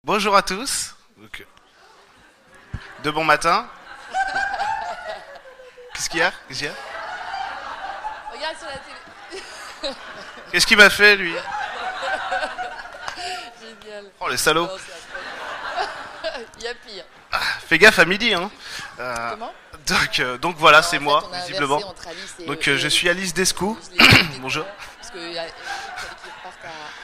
Bonjour à tous. Donc, de bon matin. Qu'est-ce qu'il y a Regarde sur la télé. Qu'est-ce qu'il m'a fait, lui? Génial. Oh, les salauds. Non, il y a pire. Fais gaffe à midi, hein. Comment Donc voilà, c'est En fait, moi, on a inversé visiblement. entre Alice et, Donc je suis Alice Descou. je l'ai dit Bonjour. parce que il fallait qu'il parte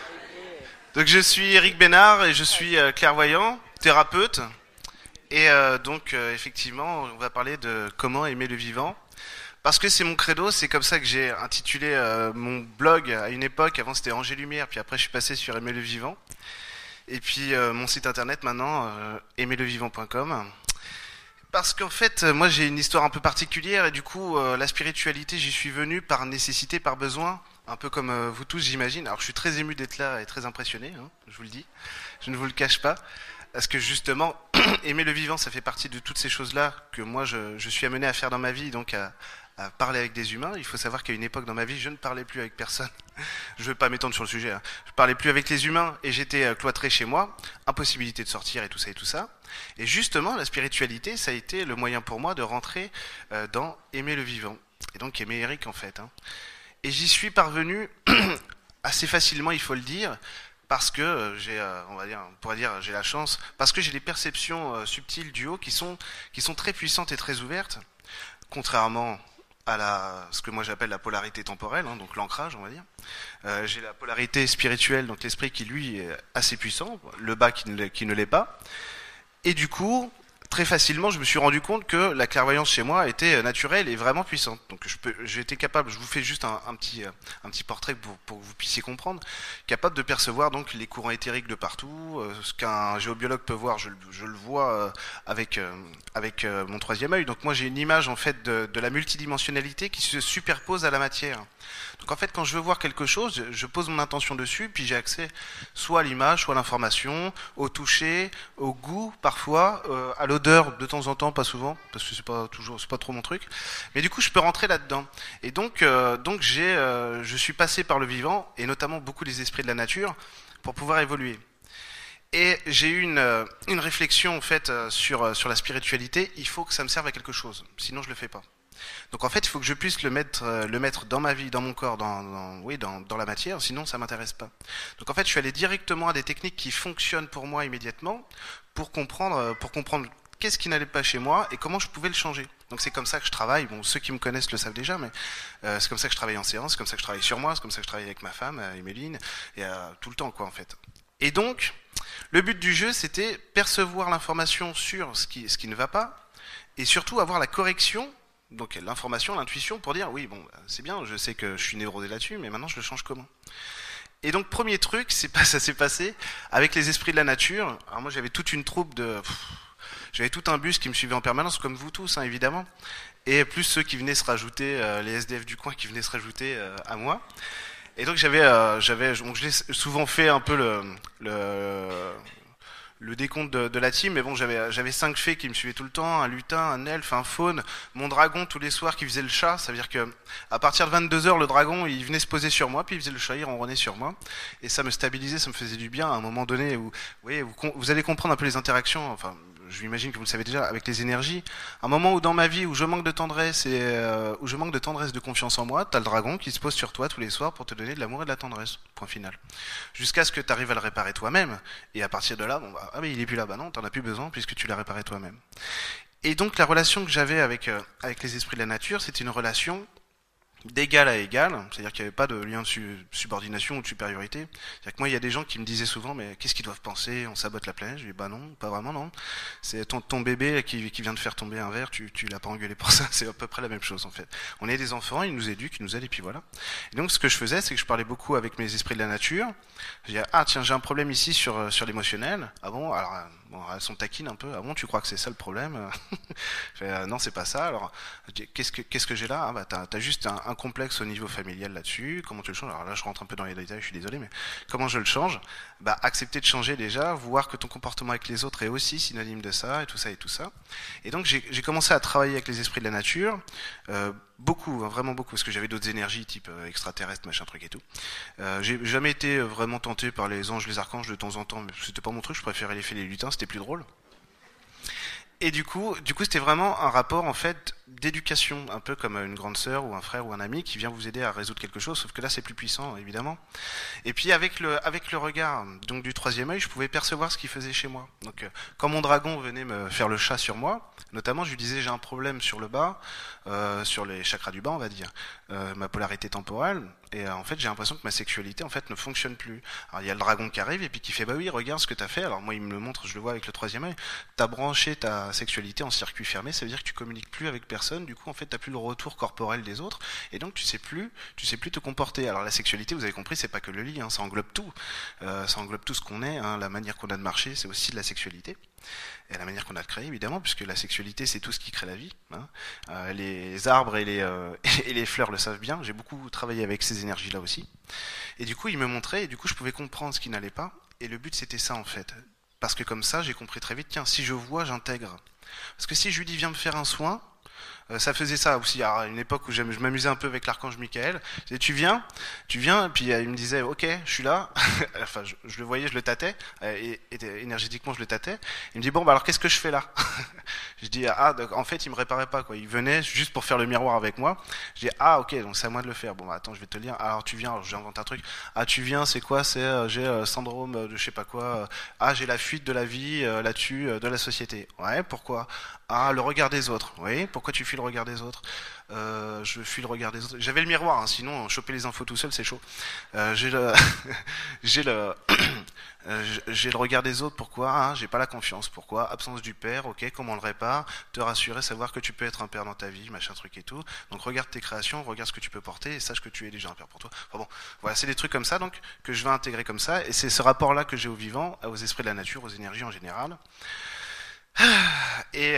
à... Donc je suis Eric Bénard et je suis clairvoyant, thérapeute. Et effectivement, on va parler de comment aimer le vivant. Parce que c'est mon credo, c'est comme ça que j'ai intitulé mon blog à une époque. Avant c'était Angers Lumière, puis après je suis passé sur Aimer le vivant. Et puis mon site internet maintenant, aimerlevivant.com. Parce qu'en fait, moi j'ai une histoire un peu particulière et du coup, la spiritualité, j'y suis venu par nécessité, par besoin, un peu comme vous tous, j'imagine. Alors je suis très ému d'être là et très impressionné, hein, je vous le dis, je ne vous le cache pas. Parce que justement, aimer le vivant, ça fait partie de toutes ces choses-là que moi je suis amené à faire dans ma vie, donc à parler avec des humains. Il faut savoir qu'à une époque dans ma vie, je ne parlais plus avec personne. Je ne veux pas m'étendre sur le sujet. Hein. Je parlais plus avec les humains et j'étais cloîtré chez moi, impossibilité de sortir et tout ça et tout ça. Et justement, la spiritualité, ça a été le moyen pour moi de rentrer dans aimer le vivant. Et donc aimer Eric en fait. Hein. Et j'y suis parvenu assez facilement, il faut le dire, parce que on pourrait dire, j'ai la chance, parce que j'ai des perceptions subtiles du haut qui sont très puissantes et très ouvertes, contrairement à ce que moi j'appelle la polarité temporelle, hein, donc l'ancrage, on va dire. J'ai la polarité spirituelle, donc l'esprit qui lui est assez puissant, le bas qui ne l'est pas. Et du coup, très facilement, je me suis rendu compte que la clairvoyance chez moi était naturelle et vraiment puissante. Donc j'ai été capable, je vous fais juste un petit portrait pour que vous puissiez comprendre, capable de percevoir donc les courants éthériques de partout. Ce qu'un géobiologue peut voir, je le vois avec mon troisième œil. Donc moi j'ai une image en fait de la multidimensionnalité qui se superpose à la matière. Donc en fait quand je veux voir quelque chose, je pose mon intention dessus, puis j'ai accès soit à l'image, soit à l'information, au toucher, au goût parfois, à l'odeur de temps en temps, pas souvent, parce que c'est pas trop mon truc. Mais du coup je peux rentrer là-dedans. Et donc je suis passé par le vivant et notamment beaucoup les esprits de la nature pour pouvoir évoluer. Et j'ai eu une réflexion en fait sur la spiritualité. Il faut que ça me serve à quelque chose, sinon je le fais pas. Donc en fait, il faut que je puisse le mettre dans ma vie, dans mon corps, dans la matière, sinon ça m'intéresse pas. Donc en fait, je suis allé directement à des techniques qui fonctionnent pour moi immédiatement pour comprendre qu'est-ce qui n'allait pas chez moi et comment je pouvais le changer. Donc c'est comme ça que je travaille. Bon, ceux qui me connaissent le savent déjà, mais c'est comme ça que je travaille en séance, c'est comme ça que je travaille sur moi, c'est comme ça que je travaille avec ma femme, Emeline, et tout le temps quoi en fait. Et donc, le but du jeu, c'était percevoir l'information sur ce qui ne va pas et surtout avoir la correction. Donc l'information, l'intuition pour dire oui bon c'est bien, je sais que je suis névrosé là-dessus, mais maintenant je le change comment? Et donc premier truc, ça s'est passé avec les esprits de la nature. Alors moi j'avais toute une troupe j'avais tout un bus qui me suivait en permanence comme vous tous hein, évidemment, et plus ceux qui venaient se rajouter, les SDF du coin qui venaient se rajouter à moi. Et donc donc je l'ai souvent fait un peu le décompte de la team, mais bon, j'avais 5 fées qui me suivaient tout le temps, un lutin, un elfe, un faune, mon dragon tous les soirs qui faisait le chat, ça veut dire que à partir de 22h, le dragon, il venait se poser sur moi, puis il faisait le chat, il ronronnait sur moi, et ça me stabilisait, ça me faisait du bien à un moment donné où, vous allez comprendre un peu les interactions, enfin, je m'imagine que vous le savez déjà, avec les énergies. Un moment où dans ma vie, où je manque de tendresse où je manque de tendresse, de confiance en moi, t'as le dragon qui se pose sur toi tous les soirs pour te donner de l'amour et de la tendresse. Point final. Jusqu'à ce que tu arrives à le réparer toi-même. Et à partir de là, ah mais il est plus là, bah non, t'en as plus besoin puisque tu l'as réparé toi-même. Et donc la relation que j'avais avec les esprits de la nature, c'était une relation d'égal à égal, c'est-à-dire qu'il n'y avait pas de lien de subordination ou de supériorité. C'est-à-dire que moi, il y a des gens qui me disaient souvent, mais qu'est-ce qu'ils doivent penser? On sabote la planète. Je dis, bah non, pas vraiment, non. C'est ton bébé qui vient de faire tomber un verre, tu l'as pas engueulé pour ça. C'est à peu près la même chose, en fait. On est des enfants, ils nous éduquent, ils nous aident, et puis voilà. Et donc, ce que je faisais, c'est que je parlais beaucoup avec mes esprits de la nature. Je disais, ah tiens, j'ai un problème ici sur l'émotionnel. Ah bon? Alors, elles sont taquines un peu. Ah bon, tu crois que c'est ça le problème? Je fais, non, c'est pas ça. Alors, qu'est-ce que j'ai là? Ah bah, t'as juste un un complexe au niveau familial là-dessus. Comment tu le changes? Alors là, je rentre un peu dans les détails, je suis désolé, mais comment je le change? Bah, accepter de changer déjà, voir que ton comportement avec les autres est aussi synonyme de ça, et tout ça, et tout ça. Et donc, j'ai commencé à travailler avec les esprits de la nature, beaucoup, hein, vraiment beaucoup, parce que j'avais d'autres énergies, type extraterrestre, machin truc et tout. J'ai jamais été vraiment tenté par les anges, les archanges de temps en temps, mais c'était pas mon truc, je préférais les fées, les lutins, c'était plus drôle. Et du coup, c'était vraiment un rapport en fait d'éducation, un peu comme une grande sœur ou un frère ou un ami qui vient vous aider à résoudre quelque chose, sauf que là c'est plus puissant évidemment. Et puis avec le regard donc du troisième œil, je pouvais percevoir ce qu'il faisait chez moi. Donc quand mon dragon venait me faire le chat sur moi, notamment je lui disais j'ai un problème sur le bas, sur les chakras du bas on va dire, ma polarité temporelle. Et en fait, j'ai l'impression que ma sexualité en fait ne fonctionne plus. Alors il y a le dragon qui arrive et puis qui fait bah oui, regarde ce que t'as fait. Alors moi il me le montre, je le vois avec le troisième œil. T'as branché ta sexualité en circuit fermé, ça veut dire que tu communiques plus avec personne. Du coup en fait t'as plus le retour corporel des autres et donc tu sais plus te comporter. Alors la sexualité, vous avez compris, c'est pas que le lit, hein, ça englobe tout. Ça englobe tout ce qu'on est, hein, la manière qu'on a de marcher, c'est aussi de la sexualité. Et la manière qu'on a de créer, évidemment, puisque la sexualité, c'est tout ce qui crée la vie. Hein. Les arbres et et les fleurs le savent bien. J'ai beaucoup travaillé avec ces énergies-là aussi. Et du coup, il me montrait, et du coup, je pouvais comprendre ce qui n'allait pas. Et le but, c'était ça, en fait. Parce que comme ça, j'ai compris très vite, tiens, si je vois, j'intègre. Parce que si je lui dis, viens me faire un soin, ça faisait ça aussi. Alors, à une époque où je m'amusais un peu avec l'archange Michael. Je disais, tu viens, et puis il me disait, ok, je suis là. Enfin, je le voyais, je le tâtais, et énergétiquement je le tâtais. Il me dit, bon, bah alors qu'est-ce que je fais là? Je dis, ah, en fait, il me réparait pas, quoi. Il venait juste pour faire le miroir avec moi. Je dis, ah, ok, donc c'est à moi de le faire. Bon, bah, attends, je vais te le dire. Alors, tu viens, alors, j'invente un truc. Ah, tu viens, c'est quoi? C'est, j'ai syndrome de je sais pas quoi. Ah, j'ai la fuite de la vie là-dessus, de la société. Ouais, pourquoi? Ah, le regard des autres. Oui, pourquoi tu fuis le regard des autres? Je fuis le regard des autres. J'avais le miroir, hein, sinon choper les infos tout seul c'est chaud. J'ai le, j'ai le, j'ai le regard des autres. Pourquoi? Hein, j'ai pas la confiance. Pourquoi? Absence du père. Ok, comment on le répare? Te rassurer, savoir que tu peux être un père dans ta vie, machin truc et tout. Donc regarde tes créations, regarde ce que tu peux porter et sache que tu es déjà un père pour toi. Enfin bon, voilà, c'est des trucs comme ça donc que je vais intégrer comme ça et c'est ce rapport-là que j'ai au vivant, aux esprits de la nature, aux énergies en général. Et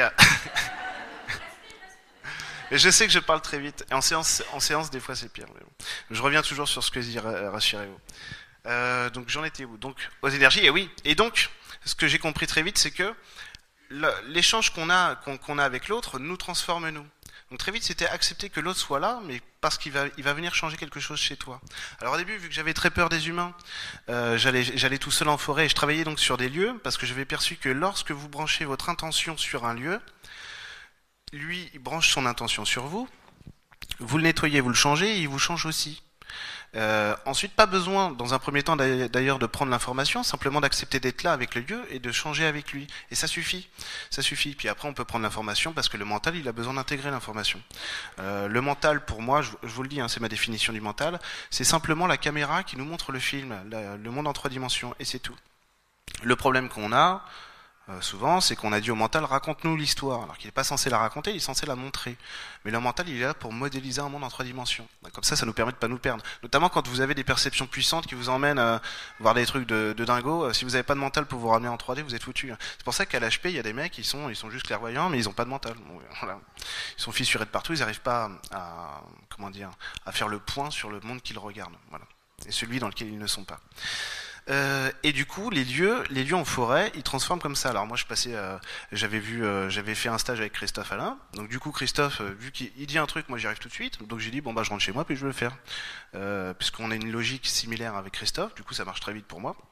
et je sais que je parle très vite. Et en séance des fois, c'est pire. Mais bon. Je reviens toujours sur ce que dit Rachireo. Donc, j'en étais où? Donc, aux énergies, et oui. Et donc, ce que j'ai compris très vite, c'est que l'échange qu'on a avec l'autre nous transforme nous. Donc, très vite, c'était accepter que l'autre soit là, mais parce qu'il va venir changer quelque chose chez toi. Alors, au début, vu que j'avais très peur des humains, j'allais tout seul en forêt et je travaillais donc sur des lieux parce que j'avais perçu que lorsque vous branchez votre intention sur un lieu, lui, il branche son intention sur vous, vous le nettoyez, vous le changez, et il vous change aussi. Ensuite, pas besoin, dans un premier temps d'ailleurs, de prendre l'information, simplement d'accepter d'être là avec le lieu et de changer avec lui. Et ça suffit. Ça suffit. Puis après, on peut prendre l'information parce que le mental, il a besoin d'intégrer l'information. Le mental, pour moi, je vous le dis, hein, c'est ma définition du mental, c'est simplement la caméra qui nous montre le film, le monde en 3 dimensions, et c'est tout. Le problème qu'on a, souvent, c'est qu'on a dit au mental, raconte-nous l'histoire, alors qu'il n'est pas censé la raconter, il est censé la montrer. Mais le mental, il est là pour modéliser un monde en 3 dimensions. Comme ça nous permet de pas nous perdre. Notamment quand vous avez des perceptions puissantes qui vous emmènent voir des trucs de dingo. Si vous n'avez pas de mental pour vous ramener en 3D, vous êtes foutu. C'est pour ça qu'à l'HP, il y a des mecs, ils sont juste clairvoyants, mais ils n'ont pas de mental. Bon, voilà. Ils sont fissurés de partout, ils n'arrivent pas à faire le point sur le monde qu'ils regardent. Voilà. Et celui dans lequel ils ne sont pas. Et du coup, les lieux en forêt, ils transforment comme ça. Alors moi, j'avais fait un stage avec Christophe Alain. Donc du coup, Christophe, vu qu'il dit un truc, moi j'y arrive tout de suite. Donc j'ai dit bon bah je rentre chez moi puis je vais le faire, puisqu'on a une logique similaire avec Christophe. Du coup, ça marche très vite pour moi.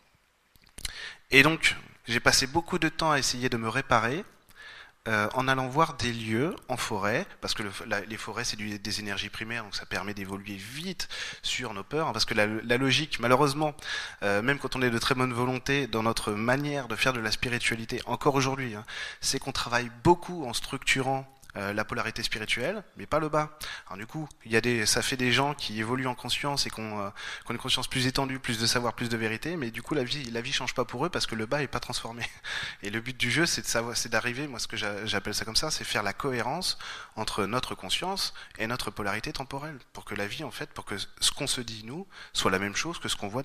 Et donc, j'ai passé beaucoup de temps à essayer de me réparer. En allant voir des lieux en forêt, parce que les forêts c'est des énergies primaires, donc ça permet d'évoluer vite sur nos peurs, hein, parce que la logique, malheureusement, même quand on est de très bonne volonté dans notre manière de faire de la spiritualité, encore aujourd'hui, hein, c'est qu'on travaille beaucoup en structurant la polarité spirituelle, mais pas le bas. Alors du coup, ça fait des gens qui évoluent en conscience et qui ont une conscience plus étendue, plus de savoir, plus de vérité, mais du coup la vie change pas pour eux parce que le bas est pas transformé. Et le but du jeu, c'est d'arriver, moi ce que j'appelle ça comme ça, c'est faire la cohérence entre notre conscience et notre polarité temporelle, pour que la vie en fait, pour que ce qu'on se dit nous soit la même chose que ce qu'on voit dans la vie.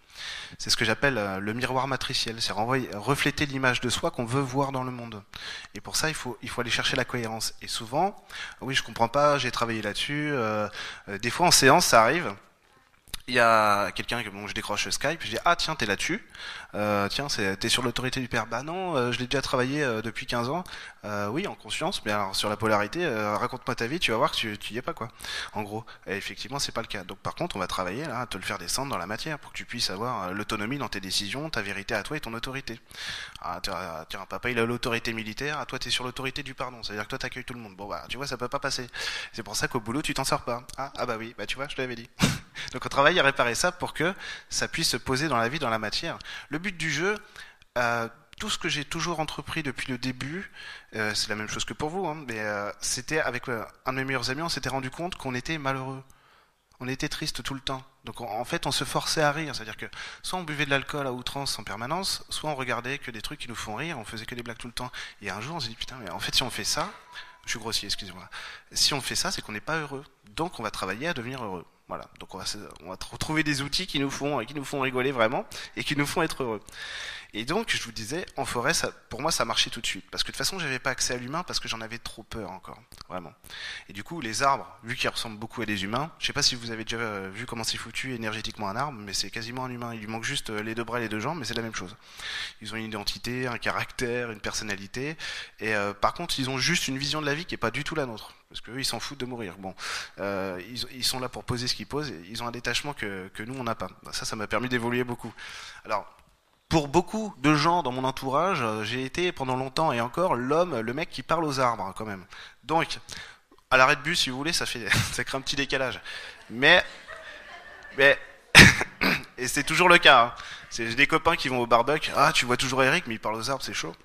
C'est ce que j'appelle le miroir matriciel, c'est refléter l'image de soi qu'on veut voir dans le monde. Et pour ça, il faut aller chercher la cohérence. Et souvent, oui, je comprends pas, j'ai travaillé là-dessus. Des fois, en séance, ça arrive. Il y a quelqu'un que bon, je décroche Skype, je dis ah tiens t'es là-dessus, tiens t'es sur l'autorité du père, bah non je l'ai déjà travaillé depuis 15 ans, oui en conscience, mais alors sur la polarité raconte-moi ta vie, tu vas voir que tu y es pas quoi, en gros. Et effectivement c'est pas le cas, donc par contre on va travailler là à te le faire descendre dans la matière pour que tu puisses avoir l'autonomie dans tes décisions, ta vérité à toi et ton autorité. Ah, tiens papa il a l'autorité militaire, à toi t'es sur l'autorité du pardon, c'est à dire que toi t'accueilles tout le monde, bon bah tu vois ça peut pas passer, c'est pour ça qu'au boulot tu t'en sors pas. Ah bah oui, bah tu vois je te l'avais dit. Donc on travaille à réparer ça pour que ça puisse se poser dans la vie, dans la matière. Le but du jeu, tout ce que j'ai toujours entrepris depuis le début, c'est la même chose que pour vous, hein, mais c'était avec un de mes meilleurs amis, on s'était rendu compte qu'on était malheureux. On était triste tout le temps. Donc en fait, on se forçait à rire. C'est-à-dire que soit on buvait de l'alcool à outrance en permanence, soit on regardait que des trucs qui nous font rire, on faisait que des blagues tout le temps. Et un jour, on s'est dit, putain, mais en fait, si on fait ça, je suis grossier, excusez-moi. Si on fait ça, c'est qu'on n'est pas heureux. Donc on va travailler à devenir heureux. Voilà. Donc on va trouver des outils qui nous font rigoler vraiment et qui nous font être heureux. Et donc je vous disais, en forêt, ça, pour moi, ça marchait tout de suite parce que de toute façon, j'avais pas accès à l'humain parce que j'en avais trop peur encore, vraiment. Et du coup, les arbres, vu qu'ils ressemblent beaucoup à des humains, je sais pas si vous avez déjà vu comment c'est foutu énergétiquement un arbre, mais c'est quasiment un humain. Il lui manque juste les deux bras et les deux jambes, mais c'est la même chose. Ils ont une identité, un caractère, une personnalité, et par contre, ils ont juste une vision de la vie qui est pas du tout la nôtre. Parce qu'eux, ils s'en foutent de mourir. Bon, ils sont là pour poser ce qu'ils posent. Et ils ont un détachement que nous, on n'a pas. Ça m'a permis d'évoluer beaucoup. Alors, pour beaucoup de gens dans mon entourage, j'ai été pendant longtemps et encore le mec qui parle aux arbres, quand même. Donc, à l'arrêt de bus, si vous voulez, ça crée un petit décalage. Mais et c'est toujours le cas. Hein. J'ai des copains qui vont au barbecue. Ah, tu vois toujours Eric, mais il parle aux arbres, c'est chaud.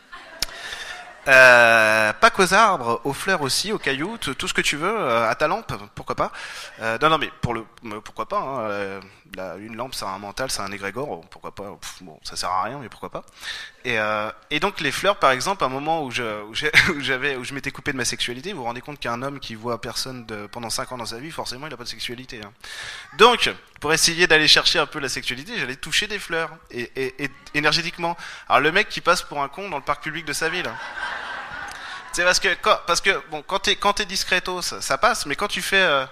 Pas qu'aux arbres, aux fleurs aussi, aux cailloux, tout ce que tu veux, à ta lampe, pourquoi pas. Non, mais pourquoi pas. Hein, une lampe, ça a un mental, ça a un égrégore, pourquoi pas. Bon, ça sert à rien, mais pourquoi pas. Et donc les fleurs, par exemple, à un moment où je m'étais coupé de ma sexualité, vous vous rendez compte qu'un homme qui voit personne pendant 5 ans dans sa vie, forcément, il a pas de sexualité. Hein. Donc, pour essayer d'aller chercher un peu la sexualité, j'allais toucher des fleurs et énergétiquement. Alors le mec qui passe pour un con dans le parc public de sa ville. Hein. C'est parce que bon, quand t'es discretos, ça passe, mais quand tu fais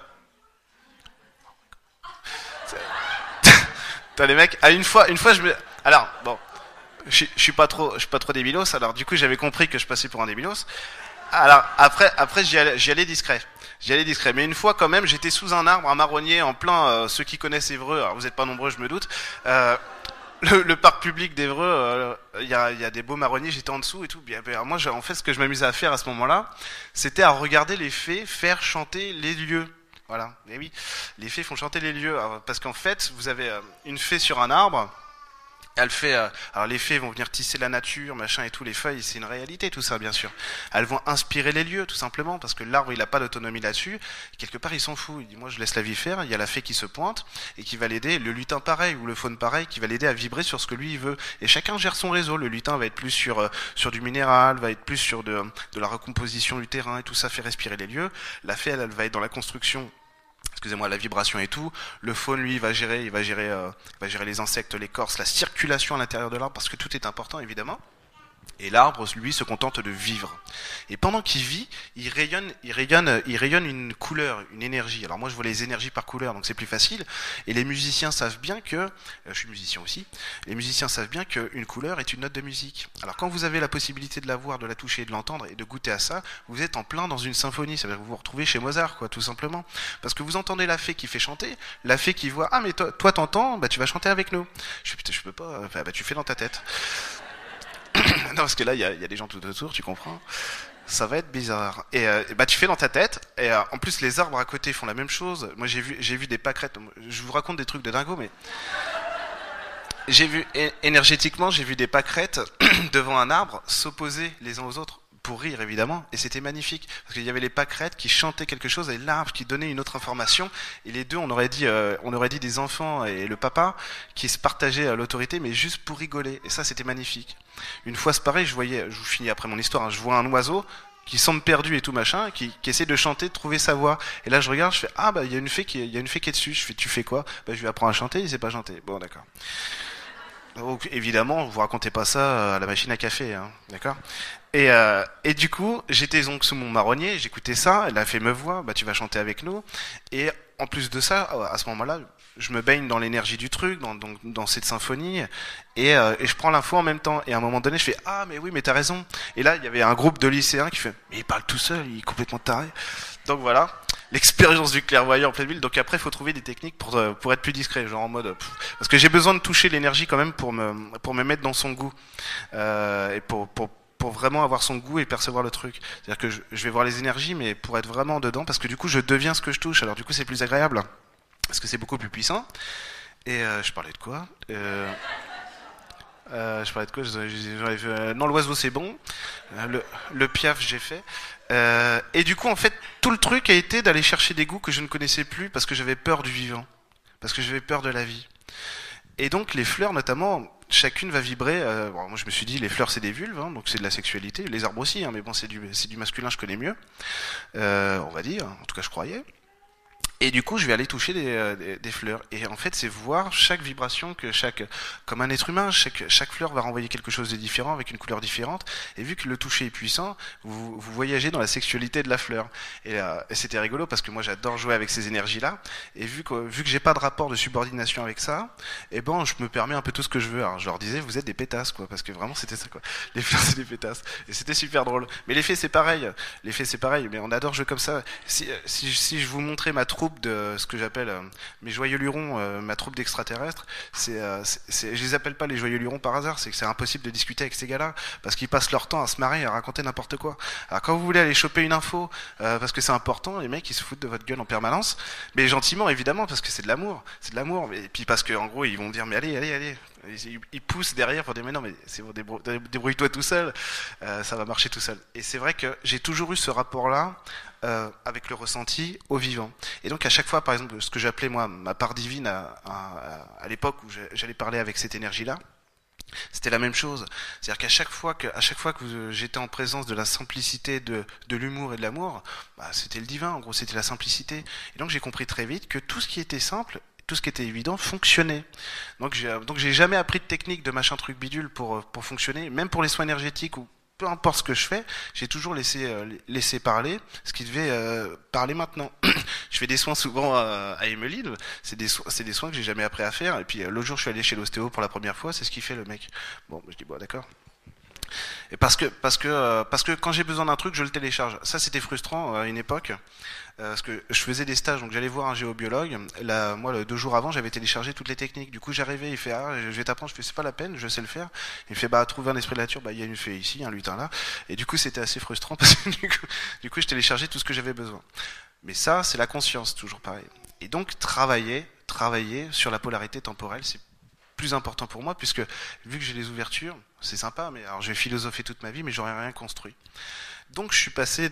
t'as les mecs, une fois alors bon, je suis pas trop débilos, alors du coup j'avais compris que je passais pour un débilos. Alors après j'y allais discret. Mais une fois quand même, j'étais sous un arbre, un marronnier en plein ceux qui connaissent Évreux, alors vous êtes pas nombreux, je me doute. Le parc public d'Évreux, il y a des beaux marronniers, j'étais en dessous et tout. Bien, moi, en fait, ce que je m'amusais à faire à ce moment-là, c'était à regarder les fées faire chanter les lieux. Voilà. Et oui, les fées font chanter les lieux. Alors, parce qu'en fait, vous avez une fée sur un arbre. Elle fait, alors les fées vont venir tisser la nature, machin et tout, les feuilles, c'est une réalité tout ça, bien sûr. Elles vont inspirer les lieux, tout simplement, parce que l'arbre, il a pas d'autonomie là-dessus. Quelque part, il s'en fout. Il dit, moi, je laisse la vie faire. Il y a la fée qui se pointe et qui va l'aider. Le lutin pareil ou le faune pareil, qui va l'aider à vibrer sur ce que lui il veut. Et chacun gère son réseau. Le lutin va être plus sur du minéral, va être plus sur de la recomposition du terrain et tout ça fait respirer les lieux. La fée, elle va être dans la construction. Excusez-moi, la vibration et tout. Le faune, lui, il va gérer les insectes, l'écorce, la circulation à l'intérieur de l'arbre, parce que tout est important, évidemment. Et l'arbre, lui, se contente de vivre. Et pendant qu'il vit, il rayonne une couleur, une énergie. Alors moi, je vois les énergies par couleur, donc c'est plus facile. Et les musiciens savent bien que, je suis musicien aussi, les musiciens savent bien qu'une couleur est une note de musique. Alors quand vous avez la possibilité de la voir, de la toucher, de l'entendre et de goûter à ça, vous êtes en plein dans une symphonie. Ça veut dire que vous vous retrouvez chez Mozart, quoi, tout simplement. Parce que vous entendez la fée qui fait chanter, la fée qui voit, ah mais toi t'entends, bah tu vas chanter avec nous. Je fais, putain, je peux pas, bah tu fais dans ta tête. Non, parce que là, il y a des gens tout autour, tu comprends? Ça va être bizarre. Et bah, tu fais dans ta tête. Et en plus, les arbres à côté font la même chose. Moi, j'ai vu des pâquerettes. Je vous raconte des trucs de dingo, mais énergétiquement, j'ai vu des pâquerettes devant un arbre s'opposer les uns aux autres. Pour rire évidemment, et c'était magnifique parce qu'il y avait les pâquerettes qui chantaient quelque chose et l'arbre qui donnait une autre information, et les deux on aurait dit des enfants et le papa qui se partageaient l'autorité, mais juste pour rigoler, et ça c'était magnifique. Une fois c'est pareil, je vous finis après mon histoire, hein, je vois un oiseau qui semble perdu et tout machin, qui essaie de chanter, de trouver sa voix. Et là, je regarde, je fais ah bah il y a une fée qui est dessus. Je fais tu fais quoi? Bah je lui apprends à chanter, il sait pas chanter. Bon d'accord. Donc évidemment, vous racontez pas ça à la machine à café, hein, d'accord? Et du coup, j'étais donc sous mon marronnier, j'écoutais ça, elle a fait me voir, bah tu vas chanter avec nous. Et en plus de ça, à ce moment-là, je me baigne dans l'énergie du truc, dans cette symphonie, et je prends l'info en même temps. Et à un moment donné, je fais ah mais oui, mais t'as raison. Et là, il y avait un groupe de lycéens qui fait mais il parle tout seul, il est complètement taré. Donc voilà. L'expérience du clairvoyant en pleine ville. Donc après, il faut trouver des techniques pour être plus discret, genre en mode parce que j'ai besoin de toucher l'énergie quand même pour me mettre dans son goût et pour vraiment avoir son goût et percevoir le truc. C'est-à-dire que je vais voir les énergies, mais pour être vraiment dedans, parce que du coup, je deviens ce que je touche. Alors du coup, c'est plus agréable parce que c'est beaucoup plus puissant. Et je parlais de quoi je parlais de quoi non, l'oiseau c'est bon. Le piaf j'ai fait. Et du coup, en fait, tout le truc a été d'aller chercher des goûts que je ne connaissais plus parce que j'avais peur du vivant, parce que j'avais peur de la vie. Et donc, les fleurs, notamment, chacune va vibrer. Bon, moi, je me suis dit, les fleurs, c'est des vulves, hein, donc c'est de la sexualité. Les arbres aussi, hein, mais bon, c'est du masculin, je connais mieux. On va dire, en tout cas, je croyais. Et du coup, je vais aller toucher des fleurs. Et en fait, c'est voir chaque vibration comme un être humain, chaque fleur va renvoyer quelque chose de différent avec une couleur différente. Et vu que le toucher est puissant, vous voyagez dans la sexualité de la fleur. Et c'était rigolo parce que moi, j'adore jouer avec ces énergies-là. Et vu que j'ai pas de rapport de subordination avec ça, eh ben, je me permets un peu tout ce que je veux. Alors, je leur disais, vous êtes des pétasses, quoi, parce que vraiment, c'était ça, quoi. Les fleurs, c'est des pétasses. Et c'était super drôle. Mais les fées, c'est pareil. Les fées, c'est pareil. Mais on adore jouer comme ça. Si je vous montrais ma troupe de ce que j'appelle mes joyeux lurons, ma troupe d'extraterrestres, je les appelle pas les joyeux lurons par hasard, c'est que c'est impossible de discuter avec ces gars-là parce qu'ils passent leur temps à se marrer, à raconter n'importe quoi. Alors quand vous voulez aller choper une info parce que c'est important, les mecs ils se foutent de votre gueule en permanence, mais gentiment évidemment parce que c'est de l'amour, et puis parce que en gros ils vont dire mais allez. Ils poussent derrière pour dire mais non mais c'est bon, débrouille-toi tout seul, ça va marcher tout seul. Et c'est vrai que j'ai toujours eu ce rapport-là avec le ressenti au vivant. Et donc à chaque fois, par exemple, ce que j'appelais moi ma part divine à l'époque où j'allais parler avec cette énergie-là, c'était la même chose. C'est-à-dire qu'à chaque fois que j'étais en présence de la simplicité, de l'humour et de l'amour, bah, c'était le divin. En gros, c'était la simplicité. Et donc j'ai compris très vite que tout ce qui était simple, tout ce qui était évident fonctionnait. Donc j'ai jamais appris de technique de machin truc bidule pour fonctionner, même pour les soins énergétiques ou peu importe ce que je fais, j'ai toujours laissé parler ce qui devait parler maintenant. Je fais des soins souvent à Emeline, c'est des soins que j'ai jamais appris à faire. Et puis l'autre jour, je suis allé chez l'ostéo pour la première fois, c'est ce qu'il fait le mec. Bon, je dis bon, d'accord. Et parce que quand j'ai besoin d'un truc, je le télécharge. Ça, c'était frustrant à une époque. Parce que je faisais des stages, donc j'allais voir un géobiologue. Là, moi, 2 jours avant, j'avais téléchargé toutes les techniques. Du coup, j'arrivais, il fait ah, je vais t'apprendre. Je fais c'est pas la peine, je sais le faire. Il fait bah trouver un esprit de la nature, bah il y a une fée ici, un lutin là. Et du coup, c'était assez frustrant parce que du coup, je téléchargeais tout ce que j'avais besoin. Mais ça, c'est la conscience, toujours pareil. Et donc travailler sur la polarité temporelle, c'est plus important pour moi puisque vu que j'ai les ouvertures, c'est sympa. Mais alors, je vais philosopher toute ma vie, mais j'aurais rien construit. Donc je suis passé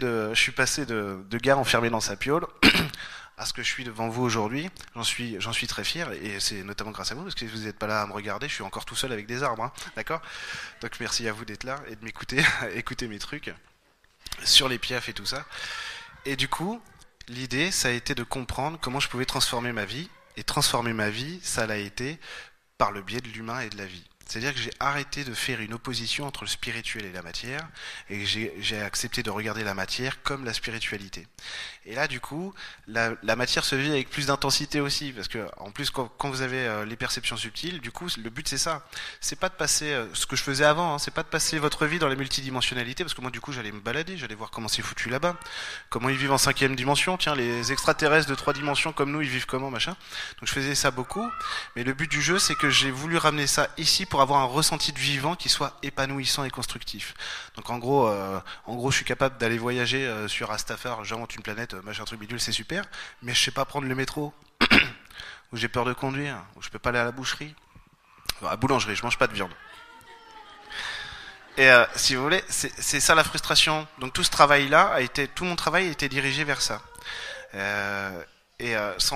de gars enfermé dans sa piole à ce que je suis devant vous aujourd'hui. J'en suis très fier et c'est notamment grâce à vous parce que si vous n'êtes pas là à me regarder, je suis encore tout seul avec des arbres, hein, d'accord? Donc merci à vous d'être là et de m'écouter, écouter mes trucs sur les piafs et tout ça. Et du coup, l'idée ça a été de comprendre comment je pouvais transformer ma vie et transformer ma vie, ça l'a été par le biais de l'humain et de la vie. C'est-à-dire que j'ai arrêté de faire une opposition entre le spirituel et la matière, et j'ai accepté de regarder la matière comme la spiritualité. Et là, du coup, la matière se vit avec plus d'intensité aussi, parce que en plus, quand vous avez les perceptions subtiles, du coup, le but c'est ça. C'est pas de passer ce que je faisais avant, hein, c'est pas de passer votre vie dans la multidimensionnalité, parce que moi, du coup, j'allais me balader, j'allais voir comment c'est foutu là-bas, comment ils vivent en 5e dimension. Tiens, les extraterrestres de 3 dimensions comme nous, ils vivent comment, machin. Donc je faisais ça beaucoup, mais le but du jeu, c'est que j'ai voulu ramener ça ici pour avoir un ressenti de vivant qui soit épanouissant et constructif. Donc en gros, je suis capable d'aller voyager sur Astafar, j'invente une planète, machin truc bidule, c'est super, mais je sais pas prendre le métro, ou j'ai peur de conduire, ou je peux pas aller à la boucherie, enfin, à la boulangerie, je mange pas de viande. Et si vous voulez, c'est ça la frustration. Donc tout ce travail-là tout mon travail a été dirigé vers ça. Sans rentrer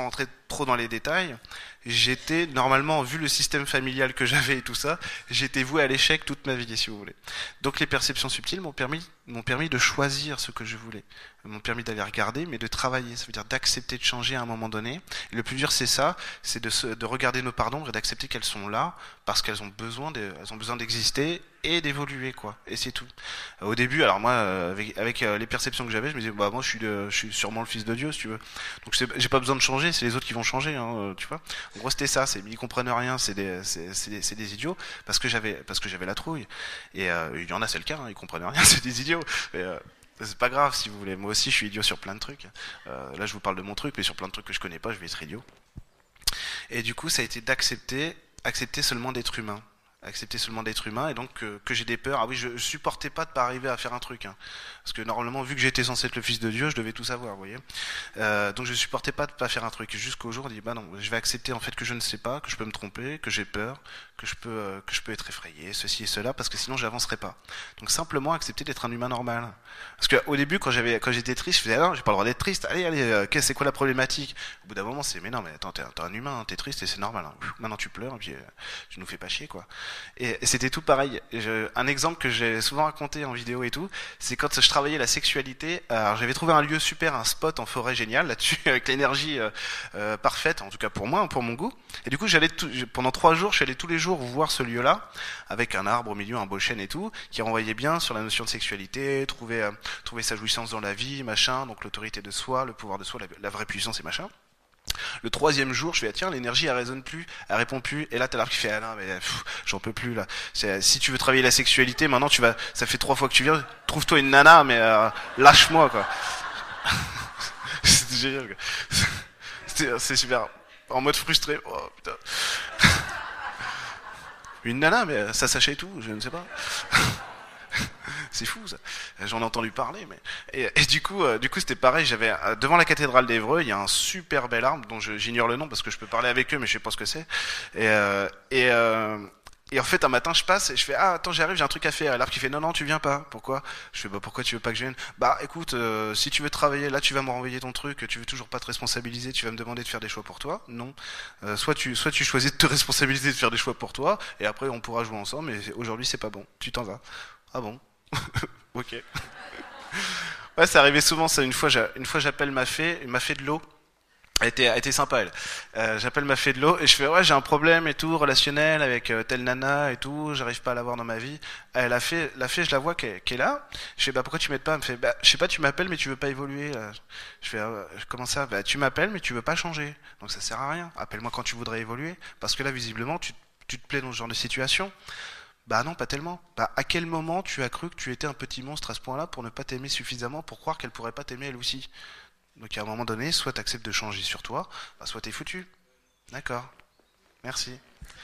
trop dans les détails, j'étais normalement, vu le système familial que j'avais et tout ça, j'étais voué à l'échec toute ma vie, si vous voulez. Donc les perceptions subtiles m'ont permis de choisir ce que je voulais, m'ont permis d'aller regarder, mais de travailler. Ça veut dire d'accepter de changer à un moment donné. Et le plus dur, c'est ça, c'est de regarder nos parts d'ombre et d'accepter qu'elles sont là parce qu'elles ont besoin d'exister et d'évoluer, quoi. Et c'est tout. Au début, alors moi, avec les perceptions que j'avais, je me disais, bah moi, je suis sûrement le fils de Dieu, si tu veux. Donc j'ai pas besoin de changer, c'est les autres qui vont changer, hein, tu vois. En gros, c'était ça. Ils comprennent rien, c'est des idiots parce que j'avais la trouille. Et il y en a, c'est le cas, hein, ils comprennent rien, c'est des idiots. Mais, c'est pas grave si vous voulez. Moi aussi, je suis idiot sur plein de trucs. Là, je vous parle de mon truc, mais sur plein de trucs que je connais pas, je vais être idiot. Et du coup, ça a été accepter seulement d'être humain. Accepter seulement d'être humain et donc que j'ai des peurs. Ah oui, je supportais pas de pas arriver à faire un truc, hein. Parce que normalement, vu que j'étais censé être le fils de Dieu, je devais tout savoir, vous voyez. Donc je supportais pas de pas faire un truc. Jusqu'au jour, je dis bah non, je vais accepter en fait que je ne sais pas, que je peux me tromper, que j'ai peur, que je peux être effrayé, ceci et cela, parce que sinon j'avancerai pas. Donc simplement accepter d'être un humain normal. Parce que au début, quand j'étais triste, je faisais ah non, j'ai pas le droit d'être triste. Allez, c'est quoi la problématique? Au bout d'un moment, c'est mais non, mais attends, t'es un humain, hein, t'es triste et c'est normal. Hein. Maintenant tu pleures et puis tu nous fais pas chier, quoi. Et c'était tout pareil. Un exemple que j'ai souvent raconté en vidéo et tout, c'est quand je travaillais la sexualité. Alors j'avais trouvé un lieu super, un spot en forêt génial là-dessus, avec l'énergie parfaite, en tout cas pour moi, pour mon goût. Et du coup, pendant 3 jours, je suis allé tous les jours voir ce lieu-là, avec un arbre au milieu, un beau chêne et tout, qui renvoyait bien sur la notion de sexualité, trouver sa jouissance dans la vie, machin, donc l'autorité de soi, le pouvoir de soi, la vraie puissance et machin. Le 3e jour, je fais tiens, l'énergie elle résonne plus, elle répond plus, et là t'as l'arbre qui fait ah non mais j'en peux plus là. Si tu veux travailler la sexualité, maintenant ça fait 3 fois que tu viens, trouve-toi une nana mais lâche-moi, quoi. C'était génial, quoi. C'est super, en mode frustré. Oh putain. Une nana mais ça sachet et tout, je ne sais pas. C'est fou ça. J'en ai entendu parler, mais et du coup c'était pareil. J'avais devant la cathédrale d'Évreux, il y a un super bel arbre dont j'ignore le nom parce que je peux parler avec eux, mais je sais pas ce que c'est. Et en fait un matin je passe et je fais ah attends j'arrive, j'ai un truc à faire. Et l'arbre qui fait non tu viens pas. Pourquoi? Je fais bah pourquoi tu veux pas que je vienne? Bah écoute si tu veux travailler là tu vas me renvoyer ton truc, tu veux toujours pas te responsabiliser, tu vas me demander de faire des choix pour toi. Non. Soit tu choisis de te responsabiliser de faire des choix pour toi et après on pourra jouer ensemble. Mais aujourd'hui c'est pas bon. Tu t'en vas. Ah bon? Ok. Ouais, ça arrivait souvent ça. Une fois j'appelle ma fée de l'eau. Elle était sympa, elle. J'appelle ma fée de l'eau et je fais ouais j'ai un problème et tout relationnel avec telle nana et tout, j'arrive pas à l'avoir dans ma vie. La fée je la vois qu'elle est là. Je fais bah pourquoi tu m'aides pas? Elle me fait bah je sais pas, tu m'appelles mais tu veux pas évoluer. Je fais comment ça? Bah tu m'appelles mais tu veux pas changer. Donc ça sert à rien. Appelle-moi quand tu voudrais évoluer parce que là visiblement tu te plais dans ce genre de situation. Bah non, pas tellement. Bah à quel moment tu as cru que tu étais un petit monstre à ce point-là pour ne pas t'aimer suffisamment pour croire qu'elle pourrait pas t'aimer elle aussi? Donc à un moment donné, soit t'acceptes de changer sur toi, bah, soit t'es foutu. D'accord. Merci.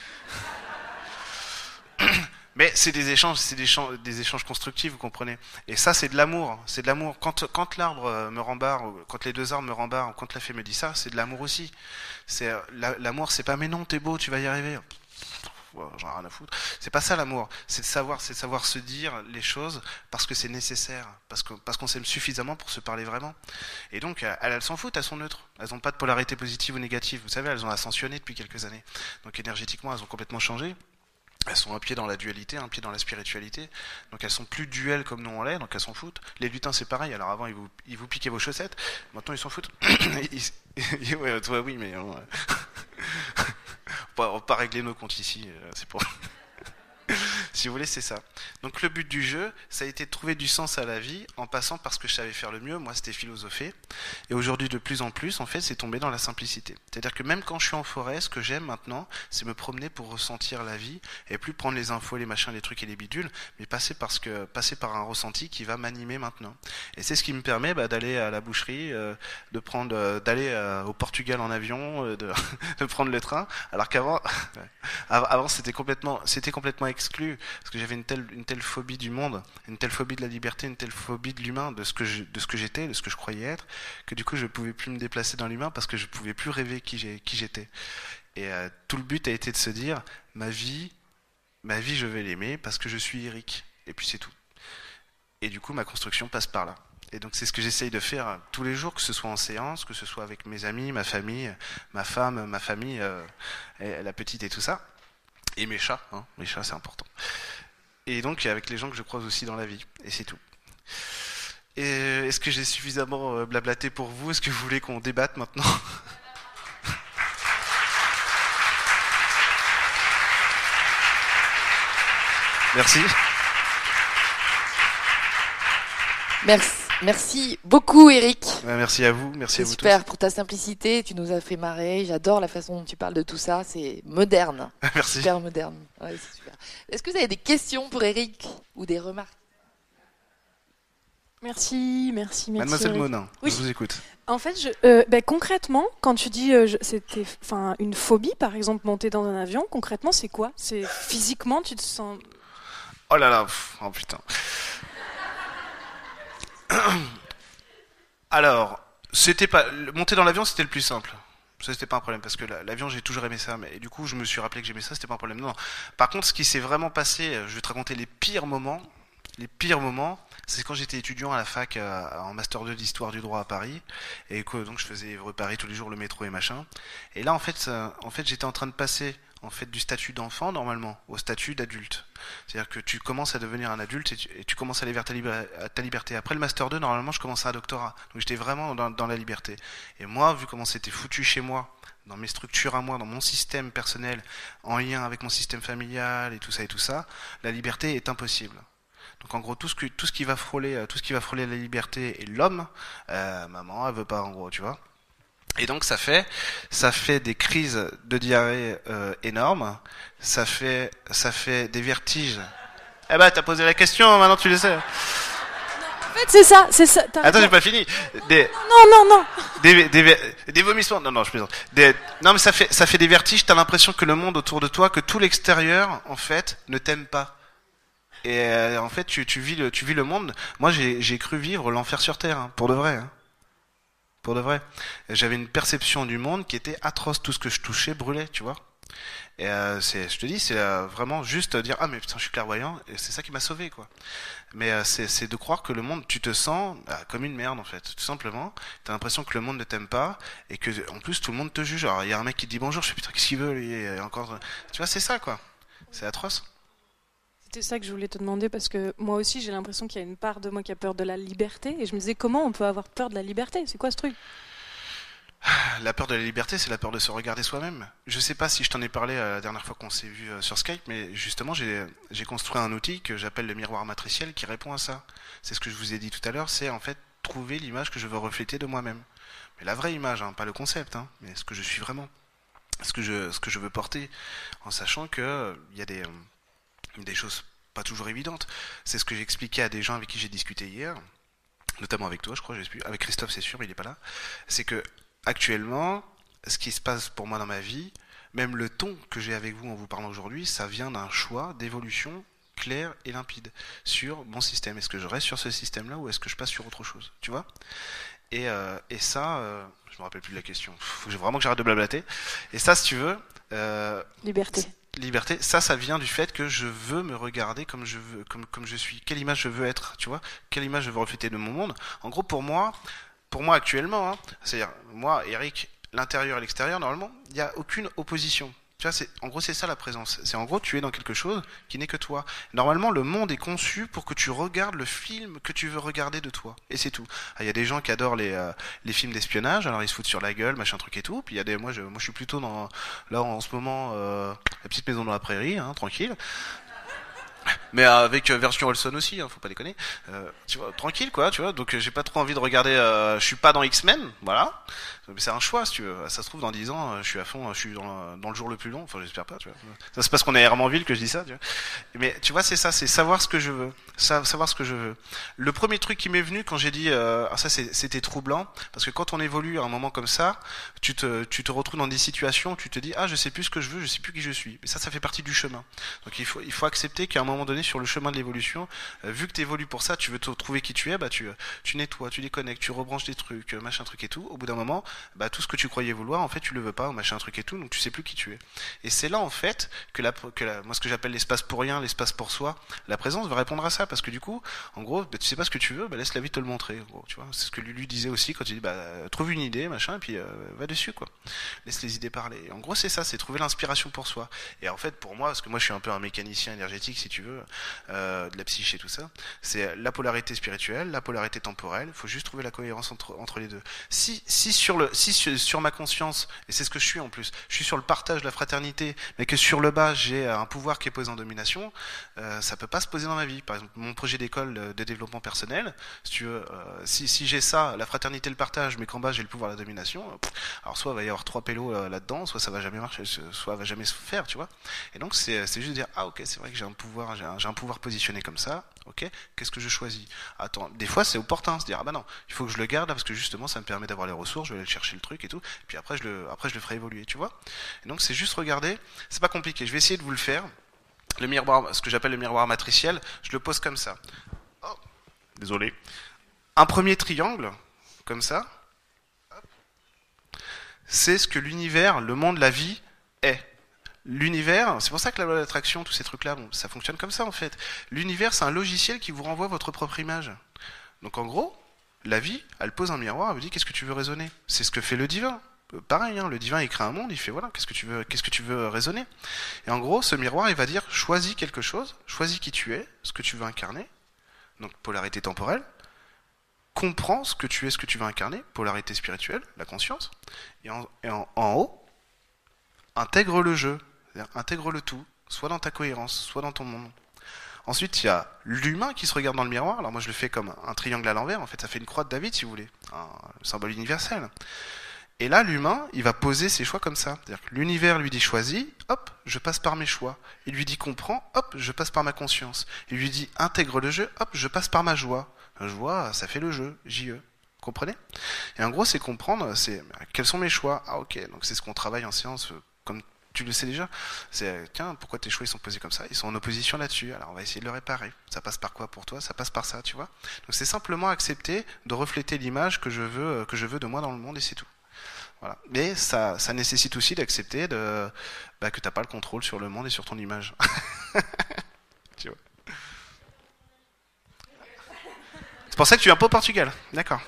Mais c'est des échanges constructifs, vous comprenez. Et ça, c'est de l'amour. C'est de l'amour. Quand l'arbre me rembarre, ou quand les 2 arbres me rembarrent, ou quand la fée me dit ça, c'est de l'amour aussi. L'amour, c'est pas mais non, t'es beau, tu vas y arriver. J'en ai rien à foutre. C'est pas ça l'amour. C'est de savoir se dire les choses parce que c'est nécessaire, parce qu'on s'aime suffisamment pour se parler vraiment. Et donc, elles s'en foutent, elles sont neutres. Elles n'ont pas de polarité positive ou négative. Vous savez, elles ont ascensionné depuis quelques années. Donc énergétiquement, elles ont complètement changé. Elles sont un pied dans la dualité, un pied dans la spiritualité. Donc elles sont plus duelles comme nous on l'est, donc elles s'en foutent. Les lutins c'est pareil, alors avant ils vous piquaient vos chaussettes, maintenant ils s'en foutent. Ouais, toi oui, mais on va pas régler nos comptes ici, c'est pour... Si vous voulez, c'est ça. Donc le but du jeu, ça a été de trouver du sens à la vie en passant par ce que je savais faire le mieux. Moi, c'était philosopher. Et aujourd'hui, de plus en plus, en fait, c'est tomber dans la simplicité. C'est-à-dire que même quand je suis en forêt, ce que j'aime maintenant, c'est me promener pour ressentir la vie et plus prendre les infos, les machins, les trucs et les bidules, mais passer par un ressenti qui va m'animer maintenant. Et c'est ce qui me permet d'aller à la boucherie, d'aller au Portugal en avion, de prendre le train, alors qu'avant, avant c'était complètement exclu. Parce que j'avais une telle phobie du monde, une telle phobie de la liberté, une telle phobie de l'humain, de ce que j'étais, de ce que je croyais être, que du coup je pouvais plus me déplacer dans l'humain parce que je pouvais plus rêver qui j'étais. Et tout le but a été de se dire ma vie je vais l'aimer parce que je suis Eric. Et puis c'est tout. Et du coup ma construction passe par là. Et donc c'est ce que j'essaye de faire tous les jours, que ce soit en séance, que ce soit avec mes amis, ma famille, ma femme, ma famille, et la petite et tout ça. Et mes chats, hein. Mes chats c'est important. Et donc avec les gens que je croise aussi dans la vie. Et c'est tout. Et est-ce que j'ai suffisamment blablaté pour vous? Est-ce que vous voulez qu'on débatte maintenant? Merci. Merci beaucoup, Eric. Merci à vous, merci C'est à vous super pour ta simplicité. Tu nous as fait marrer. J'adore la façon dont tu parles de tout ça. C'est moderne. tous. Merci. Super moderne. Ouais, c'est super. Est-ce que vous avez des questions pour Eric ou des remarques? Merci. Mademoiselle Eric. Monin, Oui. je vous écoute. En fait, concrètement, quand tu dis c'était une phobie, par exemple, monter dans un avion, concrètement, c'est quoi? C'est physiquement, tu te sens... Oh là là, oh putain. Alors, c'était pas monter dans l'avion, c'était le plus simple. Ça c'était pas un problème parce que l'avion j'ai toujours aimé ça, mais du coup je me suis rappelé que j'aimais ça, c'était pas un problème. Non. Par contre, ce qui s'est vraiment passé, je vais te raconter les pires moments. Les pires moments, c'est quand j'étais étudiant à la fac en master 2 d'histoire du droit à Paris et que donc je faisais Paris tous les jours le métro et machin. Et là en fait j'étais en train de passer en fait du statut d'enfant normalement au statut d'adulte. C'est-à-dire que tu commences à devenir un adulte et tu commences à aller vers ta liberté. Après le master 2, normalement je commençais un doctorat. Donc j'étais vraiment dans la liberté. Et moi, vu comment c'était foutu chez moi, dans mes structures à moi, dans mon système personnel, en lien avec mon système familial et tout ça, la liberté est impossible. Donc en gros tout ce qui va frôler la liberté et l'homme, maman elle veut pas en gros, tu vois. Et donc ça fait des crises de diarrhée énormes, ça fait des vertiges. Eh ben t'as posé la question, maintenant tu le sais. En fait, c'est ça. Attends, j'ai pas fini. Non. Des vomissements. Non, je plaisante. Non, mais ça fait des vertiges. T'as l'impression que le monde autour de toi, que tout l'extérieur, en fait, ne t'aime pas. Et en fait, tu vis le monde. Moi, j'ai cru vivre l'enfer sur terre, hein, pour de vrai. Hein. Pour de vrai. J'avais une perception du monde qui était atroce. Tout ce que je touchais brûlait, tu vois. Et je te dis, c'est vraiment juste dire ah mais putain, je suis clairvoyant. Et c'est ça qui m'a sauvé, quoi. Mais c'est de croire que le monde, tu te sens comme une merde en fait, tout simplement. T'as l'impression que le monde ne t'aime pas et que en plus tout le monde te juge. Alors il y a un mec qui te dit bonjour, je fais putain qu'est-ce qu'il veut lui et encore. Tu vois, c'est ça quoi. C'est atroce. C'était ça que je voulais te demander parce que moi aussi j'ai l'impression qu'il y a une part de moi qui a peur de la liberté et je me disais comment on peut avoir peur de la liberté? C'est quoi ce truc? La peur de la liberté, c'est la peur de se regarder soi-même. Je sais pas si je t'en ai parlé la dernière fois qu'on s'est vu sur Skype, mais justement j'ai construit un outil que j'appelle le miroir matriciel qui répond à ça. C'est ce que je vous ai dit tout à l'heure, c'est en fait trouver l'image que je veux refléter de moi-même. Mais la vraie image, hein, pas le concept, hein, mais ce que je suis vraiment, ce que je veux porter, en sachant que il y a des choses pas toujours évidentes. C'est ce que j'ai expliqué à des gens avec qui j'ai discuté hier, notamment avec toi, je crois, avec Christophe, c'est sûr, mais il est pas là. C'est que actuellement, ce qui se passe pour moi dans ma vie, même le ton que j'ai avec vous en vous parlant aujourd'hui, ça vient d'un choix d'évolution clair et limpide sur mon système. Est-ce que je reste sur ce système-là ou est-ce que je passe sur autre chose? Tu vois? Et ça, je me rappelle plus de la question. Faut vraiment que j'arrête de blablater. Et ça, si tu veux, liberté, ça vient du fait que je veux me regarder comme je veux, comme je suis. Quelle image je veux être, tu vois? Quelle image je veux refléter de mon monde? En gros, pour moi actuellement, hein, c'est-à-dire moi, Eric, l'intérieur et l'extérieur, normalement, il n'y a aucune opposition. Tu vois, en gros, c'est ça la présence. C'est en gros, tu es dans quelque chose qui n'est que toi. Normalement, le monde est conçu pour que tu regardes le film que tu veux regarder de toi. Et c'est tout. Il y a des gens qui adorent les films d'espionnage, alors ils se foutent sur la gueule, machin truc et tout. Puis il y a moi je suis plutôt là en ce moment, la petite maison dans la prairie, hein, tranquille. Mais avec version Olson aussi, hein, faut pas déconner. Tu vois, tranquille quoi, tu vois. Donc j'ai pas trop envie de regarder. Je suis pas dans X-Men, voilà. Mais c'est un choix, si tu veux. Ça se trouve dans 10 ans, je suis à fond, je suis dans le jour le plus long. Enfin, j'espère pas, tu vois. Ça c'est parce qu'on est à Hermanville que je dis ça, tu vois. Mais tu vois, c'est ça, c'est savoir ce que je veux, savoir ce que je veux. Le premier truc qui m'est venu quand j'ai dit, ça c'était troublant, parce que quand on évolue à un moment comme ça, tu te retrouves dans des situations où tu te dis, ah, je sais plus ce que je veux, je sais plus qui je suis. Mais ça fait partie du chemin. Donc il faut accepter qu'à un moment moment donné, sur le chemin de l'évolution, vu que tu évolues pour ça, tu veux trouver qui tu es, bah tu nettoies, tu déconnectes, tu rebranches des trucs, machin truc et tout. Au bout d'un moment, bah tout ce que tu croyais vouloir, en fait, tu le veux pas, machin truc et tout, donc tu sais plus qui tu es. Et c'est là, en fait, moi ce que j'appelle l'espace pour rien, l'espace pour soi, la présence va répondre à ça, parce que du coup, en gros, bah, tu sais pas ce que tu veux, bah laisse la vie te le montrer. En gros, tu vois, c'est ce que Lulu disait aussi quand il dit, bah trouve une idée, machin, et puis va dessus, quoi. Laisse les idées parler. Et en gros, c'est ça, c'est trouver l'inspiration pour soi. Et en fait, pour moi, parce que moi je suis un peu un mécanicien énergétique, si tu veux, de la psyché et tout ça, c'est la polarité spirituelle, la polarité temporelle. Il faut juste trouver la cohérence entre les deux. Si sur ma conscience, et c'est ce que je suis en plus, je suis sur le partage, la fraternité, mais que sur le bas j'ai un pouvoir qui est posé en domination, ça peut pas se poser dans ma vie. Par exemple, mon projet d'école de développement personnel, si tu veux, si j'ai ça, la fraternité, le partage, mais qu'en bas j'ai le pouvoir, la domination, alors soit il va y avoir 3 pélos là-dedans, soit ça va jamais marcher, soit va jamais se faire, tu vois. Et donc c'est juste de dire, ah ok, c'est vrai que j'ai un pouvoir positionné comme ça, ok, qu'est-ce que je choisis? Attends, des fois c'est opportun, se dire, ah bah non, il faut que je le garde parce que justement ça me permet d'avoir les ressources, je vais aller chercher le truc et tout, et puis après je le ferai évoluer, tu vois. Et donc c'est juste regarder, c'est pas compliqué, je vais essayer de vous le faire. Le miroir, ce que j'appelle le miroir matriciel, je le pose comme ça. Oh, désolé. Un premier triangle, comme ça, c'est ce que l'univers, le monde, la vie est. L'univers, c'est pour ça que la loi d'attraction, tous ces trucs-là, bon, ça fonctionne comme ça en fait. L'univers, c'est un logiciel qui vous renvoie votre propre image. Donc en gros, la vie, elle pose un miroir, elle vous dit qu'est-ce que tu veux raisonner. C'est ce que fait le divin. Pareil, hein, le divin il crée un monde, il fait voilà, qu'est-ce que tu veux raisonner. Et en gros, ce miroir, il va dire choisis quelque chose, choisis qui tu es, ce que tu veux incarner. Donc polarité temporelle. Comprends ce que tu es, ce que tu veux incarner, polarité spirituelle, la conscience. Et en haut, intègre le jeu, c'est-à-dire intègre le tout, soit dans ta cohérence, soit dans ton monde. Ensuite, il y a l'humain qui se regarde dans le miroir. Alors moi, je le fais comme un triangle à l'envers. En fait, ça fait une croix de David, si vous voulez, un symbole universel. Et là, l'humain, il va poser ses choix comme ça. C'est-à-dire que l'univers lui dit choisis, hop, je passe par mes choix. Il lui dit comprends, hop, je passe par ma conscience. Il lui dit intègre le jeu, hop, je passe par ma joie. La joie, ça fait le jeu, J-E. Comprenez? Et en gros, c'est comprendre, c'est quels sont mes choix. Ah ok, donc c'est ce qu'on travaille en séance, comme tu le sais déjà. C'est tiens, pourquoi tes choix ils sont posés comme ça? Ils sont en opposition là-dessus. Alors on va essayer de le réparer. Ça passe par quoi pour toi? Ça passe par ça, tu vois? Donc c'est simplement accepter de refléter l'image que je veux de moi dans le monde et c'est tout. Voilà. Mais ça nécessite aussi d'accepter que t'as pas le contrôle sur le monde et sur ton image. Tu vois. C'est pour ça que tu es un peu au Portugal. D'accord.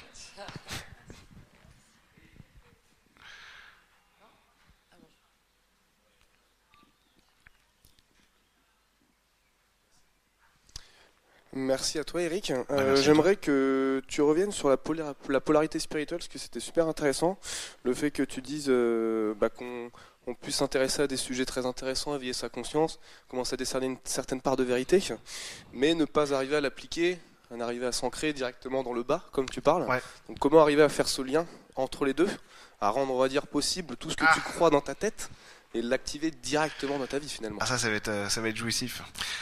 Merci à toi Eric. Merci à J'aimerais que tu reviennes sur la polarité spirituelle parce que c'était super intéressant. Le fait que tu dises qu'on puisse s'intéresser à des sujets très intéressants, éveiller sa conscience, commencer à décerner une certaine part de vérité, mais ne pas arriver à l'appliquer, en arriver à s'ancrer directement dans le bas, comme tu parles. Ouais. Donc comment arriver à faire ce lien entre les deux, à rendre, on va dire, possible tout ce que tu crois dans ta tête et l'activer directement dans ta vie finalement. Ah ça va être jouissif.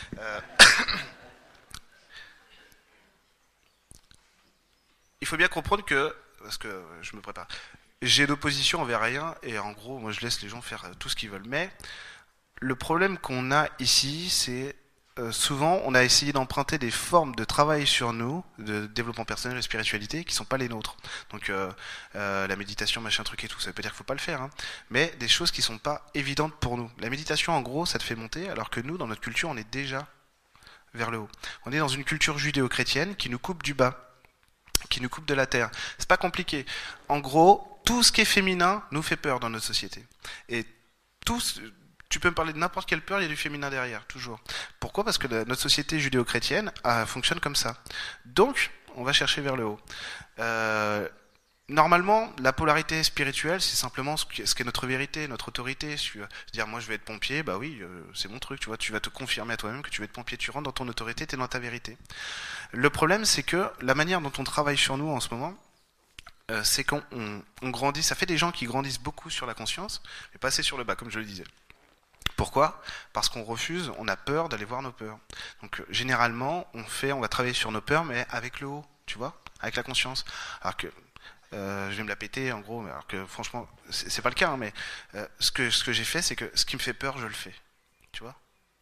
Il faut bien comprendre que, parce que je me prépare, j'ai d'opposition envers rien et en gros, moi je laisse les gens faire tout ce qu'ils veulent. Mais le problème qu'on a ici, c'est souvent on a essayé d'emprunter des formes de travail sur nous, de développement personnel et de spiritualité, qui sont pas les nôtres. Donc la méditation, machin truc et tout, ça veut pas dire qu'il faut pas le faire, hein, mais des choses qui sont pas évidentes pour nous. La méditation, en gros, ça te fait monter, alors que nous, dans notre culture, on est déjà vers le haut. On est dans une culture judéo-chrétienne qui nous coupe du bas, qui nous coupe de la terre. C'est pas compliqué. En gros, tout ce qui est féminin nous fait peur dans notre société. Et tu peux me parler de n'importe quelle peur, il y a du féminin derrière, toujours. Pourquoi? Parce que notre société judéo-chrétienne fonctionne comme ça. Donc, on va chercher vers le haut. Normalement, la polarité spirituelle, c'est simplement ce qu'est notre vérité, notre autorité. Dire, moi je vais être pompier, bah oui, c'est mon truc, tu vois, tu vas te confirmer à toi-même que tu vas être pompier, tu rentres dans ton autorité, t'es dans ta vérité. Le problème, c'est que la manière dont on travaille sur nous en ce moment, c'est qu'on grandit, ça fait des gens qui grandissent beaucoup sur la conscience, mais pas assez sur le bas, comme je le disais. Pourquoi? Parce qu'on refuse, on a peur d'aller voir nos peurs. Donc généralement, on va travailler sur nos peurs, mais avec le haut, tu vois, avec la conscience. Alors que je vais me la péter en gros, alors que franchement c'est pas le cas, hein, mais ce que j'ai fait, c'est que ce qui me fait peur, je le fais, tu vois.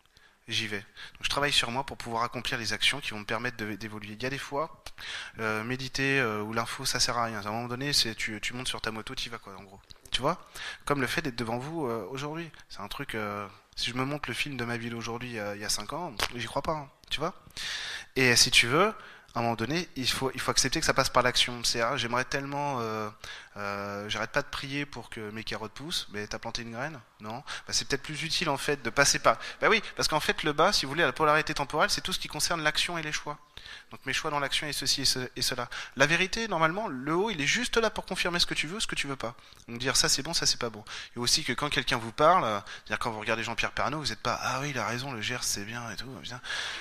j'y vais. Donc je travaille sur moi pour pouvoir accomplir les actions qui vont me permettre d'évoluer. Il y a des fois, méditer ou l'info, ça sert à rien. À un moment donné, tu montes sur ta moto, tu y vas quoi, en gros. Tu vois? Comme le fait d'être devant vous aujourd'hui. C'est un truc. Si je me montre le film de ma ville aujourd'hui, il y a 5 ans, j'y crois pas. Hein, tu vois? Et si tu veux, à un moment donné, il faut accepter que ça passe par l'action. C'est j'aimerais tellement, j'arrête pas de prier pour que mes carottes poussent. Mais t'as planté une graine? Non. Bah, c'est peut-être plus utile en fait de passer par. Bah oui, parce qu'en fait le bas, si vous voulez, la polarité temporelle, c'est tout ce qui concerne l'action et les choix. Donc mes choix dans l'action et ceci et cela. La vérité, normalement, le haut, il est juste là pour confirmer ce que tu veux pas. Donc dire ça c'est bon, ça c'est pas bon. Et aussi que quand quelqu'un vous parle, dire quand vous regardez Jean-Pierre Pernaut, vous n'êtes pas ah oui il a raison, le Gers c'est bien et tout. Bien.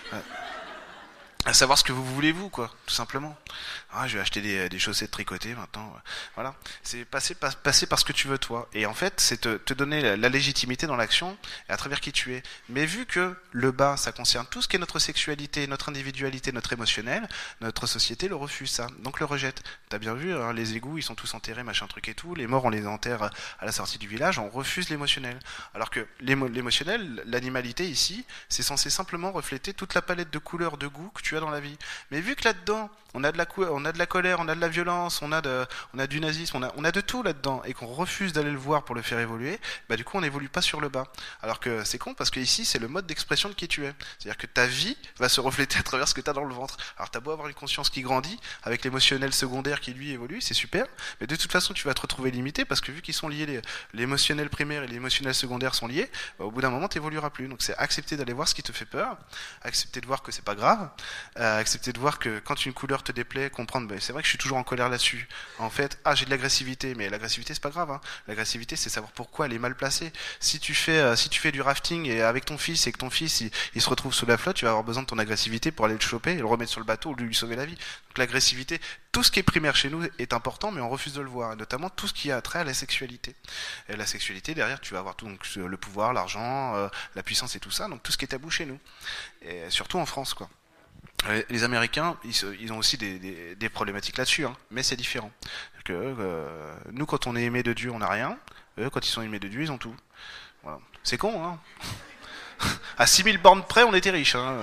À savoir ce que vous voulez vous quoi, tout simplement. Ah, je vais acheter des chaussettes tricotées maintenant. Voilà, c'est passer par ce que tu veux toi. Et en fait, c'est te donner la légitimité dans l'action et à travers qui tu es. Mais vu que le bas, ça concerne tout ce qui est notre sexualité, notre individualité, notre émotionnel, notre société le refuse ça, donc le rejette. T'as bien vu, hein, les égouts, ils sont tous enterrés, machin truc et tout. Les morts, on les enterre à la sortie du village. On refuse l'émotionnel. Alors que l'émotionnel, l'animalité ici, c'est censé simplement refléter toute la palette de couleurs, de goûts que tu as dans la vie. Mais vu que là-dedans, on a de la colère, on a de la violence, on a du nazisme, on a de tout là-dedans, et qu'on refuse d'aller le voir pour le faire évoluer, bah du coup on n'évolue pas sur le bas. Alors que c'est con parce que ici c'est le mode d'expression de qui tu es. C'est-à-dire que ta vie va se refléter à travers ce que tu as dans le ventre. Alors t'as beau avoir une conscience qui grandit, avec l'émotionnel secondaire qui lui évolue, c'est super, mais de toute façon tu vas te retrouver limité parce que vu qu'ils sont liés, l'émotionnel primaire et l'émotionnel secondaire sont liés, bah, au bout d'un moment t'évolueras plus. Donc c'est accepter d'aller voir ce qui te fait peur, accepter de voir que c'est pas grave, accepter de voir que quand une couleur te déplaît, comprendre, ben, c'est vrai que je suis toujours en colère là-dessus. En fait, j'ai de l'agressivité, mais l'agressivité c'est pas grave. Hein. L'agressivité c'est savoir pourquoi elle est mal placée. Si tu fais du rafting et avec ton fils et que ton fils il se retrouve sous la flotte, tu vas avoir besoin de ton agressivité pour aller le choper et le remettre sur le bateau ou lui sauver la vie. Donc l'agressivité, tout ce qui est primaire chez nous est important, mais on refuse de le voir, et notamment tout ce qui a trait à la sexualité. Et la sexualité derrière, tu vas avoir tout, donc le pouvoir, l'argent, la puissance et tout ça, donc tout ce qui est tabou chez nous, et surtout en France quoi. Les Américains, ils ont aussi des problématiques là-dessus, hein, mais c'est différent. Nous, quand on est aimé de Dieu, on n'a rien. Eux, quand ils sont aimés de Dieu, ils ont tout. Voilà. C'est con, hein. À 6000 bornes près, on était riches. Hein.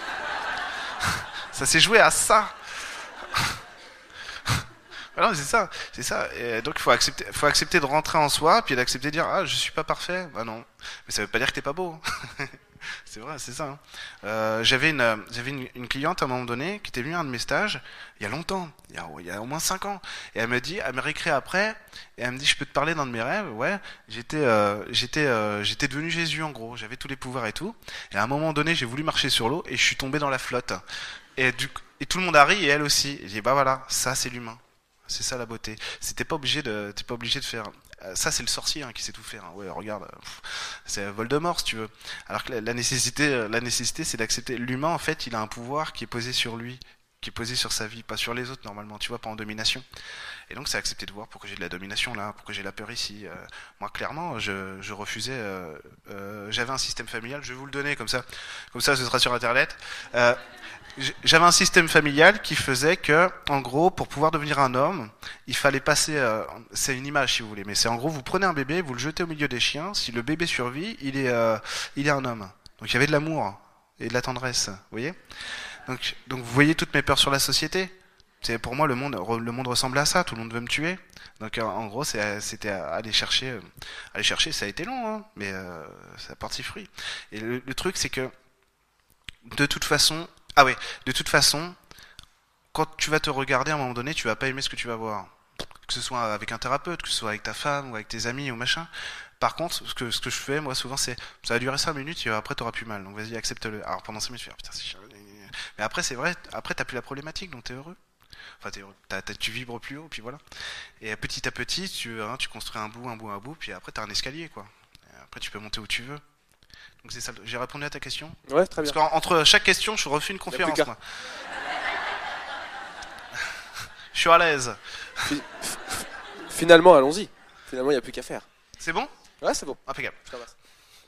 Ça s'est joué à ça. Alors c'est ça. Et donc il faut accepter de rentrer en soi, puis d'accepter de dire je suis pas parfait. Bah non, mais ça veut pas dire que t'es pas beau. C'est vrai, c'est ça. Hein. J'avais une cliente à un moment donné qui était venue à un de mes stages il y a longtemps, il y a au moins 5 ans, et elle me réécrit après, et elle me dit je peux te parler d'un de mes rêves. Ouais, j'étais devenu Jésus en gros, j'avais tous les pouvoirs et tout, et à un moment donné j'ai voulu marcher sur l'eau et je suis tombé dans la flotte, et tout le monde a ri et elle aussi. Et j'ai dit bah voilà, ça c'est l'humain. C'est ça la beauté. T'es pas obligé de faire. Ça c'est le sorcier hein, qui sait tout faire. Hein. Ouais, regarde, c'est Voldemort si tu veux. Alors que la nécessité, c'est d'accepter. L'humain en fait, il a un pouvoir qui est posé sur lui, qui est posé sur sa vie, pas sur les autres normalement. Tu vois, pas en domination. Et donc c'est accepter de voir pourquoi j'ai de la domination là, pourquoi j'ai la peur ici. Moi clairement, je refusais. J'avais un système familial. Je vais vous le donner comme ça ce sera sur internet. J'avais un système familial qui faisait que, en gros, pour pouvoir devenir un homme, il fallait passer. C'est une image, si vous voulez, mais c'est en gros, vous prenez un bébé, vous le jetez au milieu des chiens. Si le bébé survit, il est un homme. Donc il y avait de l'amour et de la tendresse, vous voyez. Donc vous voyez toutes mes peurs sur la société. C'est pour moi le monde ressemble à ça. Tout le monde veut me tuer. Donc en gros, c'était aller chercher. Ça a été long, hein, mais ça porte ses fruits. Et le truc, c'est que de toute façon. De toute façon, quand tu vas te regarder à un moment donné, tu vas pas aimer ce que tu vas voir. Que ce soit avec un thérapeute, que ce soit avec ta femme, ou avec tes amis, ou machin. Par contre, ce que je fais, moi, souvent, c'est, ça va durer 5 minutes, et après, t'auras plus mal. Donc, vas-y, accepte-le. Alors, pendant 5 minutes, tu vas putain, c'est chiant. Mais après, c'est vrai, après, t'as plus la problématique, donc t'es heureux. Enfin, t'es heureux. Tu vibres plus haut, puis voilà. Et petit à petit, tu construis un bout, puis après, t'as un escalier, quoi. Et après, tu peux monter où tu veux. Donc c'est ça. J'ai répondu à ta question. Ouais, très bien. Parce qu'entre chaque question, je refais une conférence. Moi. Je suis à l'aise. Finalement, allons-y. Finalement, il n'y a plus qu'à faire. C'est bon ? Ouais, c'est bon. Impeccable. Je t'embrasse.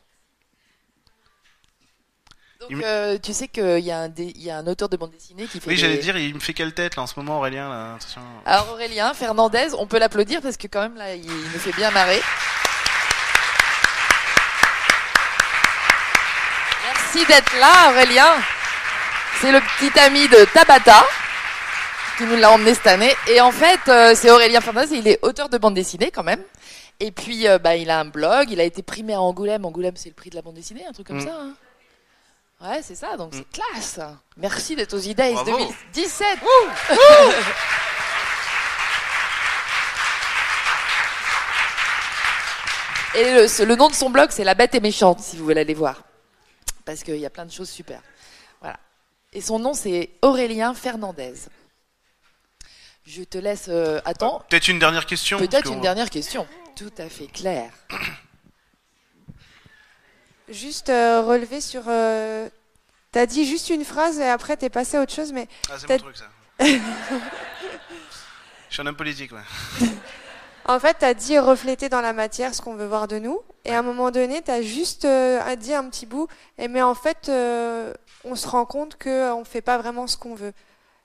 Donc, tu sais qu'il y a un auteur de bande dessinée qui fait. Oui, j'allais dire, il me fait quelle tête là en ce moment, Aurélien là, attention. Alors Aurélien Fernandez, on peut l'applaudir parce que quand même là, il me fait bien marrer. Merci. Merci d'être là, Aurélien. C'est le petit ami de Tabata qui nous l'a emmené cette année. Et en fait, c'est Aurélien Fernandez, il est auteur de bande dessinée quand même. Et puis, il a un blog, il a été primé à Angoulême. Angoulême, c'est le prix de la bande dessinée, un truc comme ça. Hein. Ouais, c'est ça, donc c'est classe. Merci d'être aux Days 2017. Et le nom de son blog, c'est La Bête est méchante, si vous voulez aller voir. Parce qu'il y a plein de choses super. Voilà. Et son nom, c'est Aurélien Fernandez. Je te laisse... attends. Peut-être une dernière question. Peut-être une dernière question. Tout à fait clair. Juste relever sur... T'as dit juste une phrase et après t'es passé à autre chose, mais... Ah, c'est mon truc, ça. Je suis un homme politique, ouais. En fait, t'as dit refléter dans la matière ce qu'on veut voir de nous. Et à un moment donné, t'as juste dit un petit bout. Mais en fait, on se rend compte qu'on ne fait pas vraiment ce qu'on veut.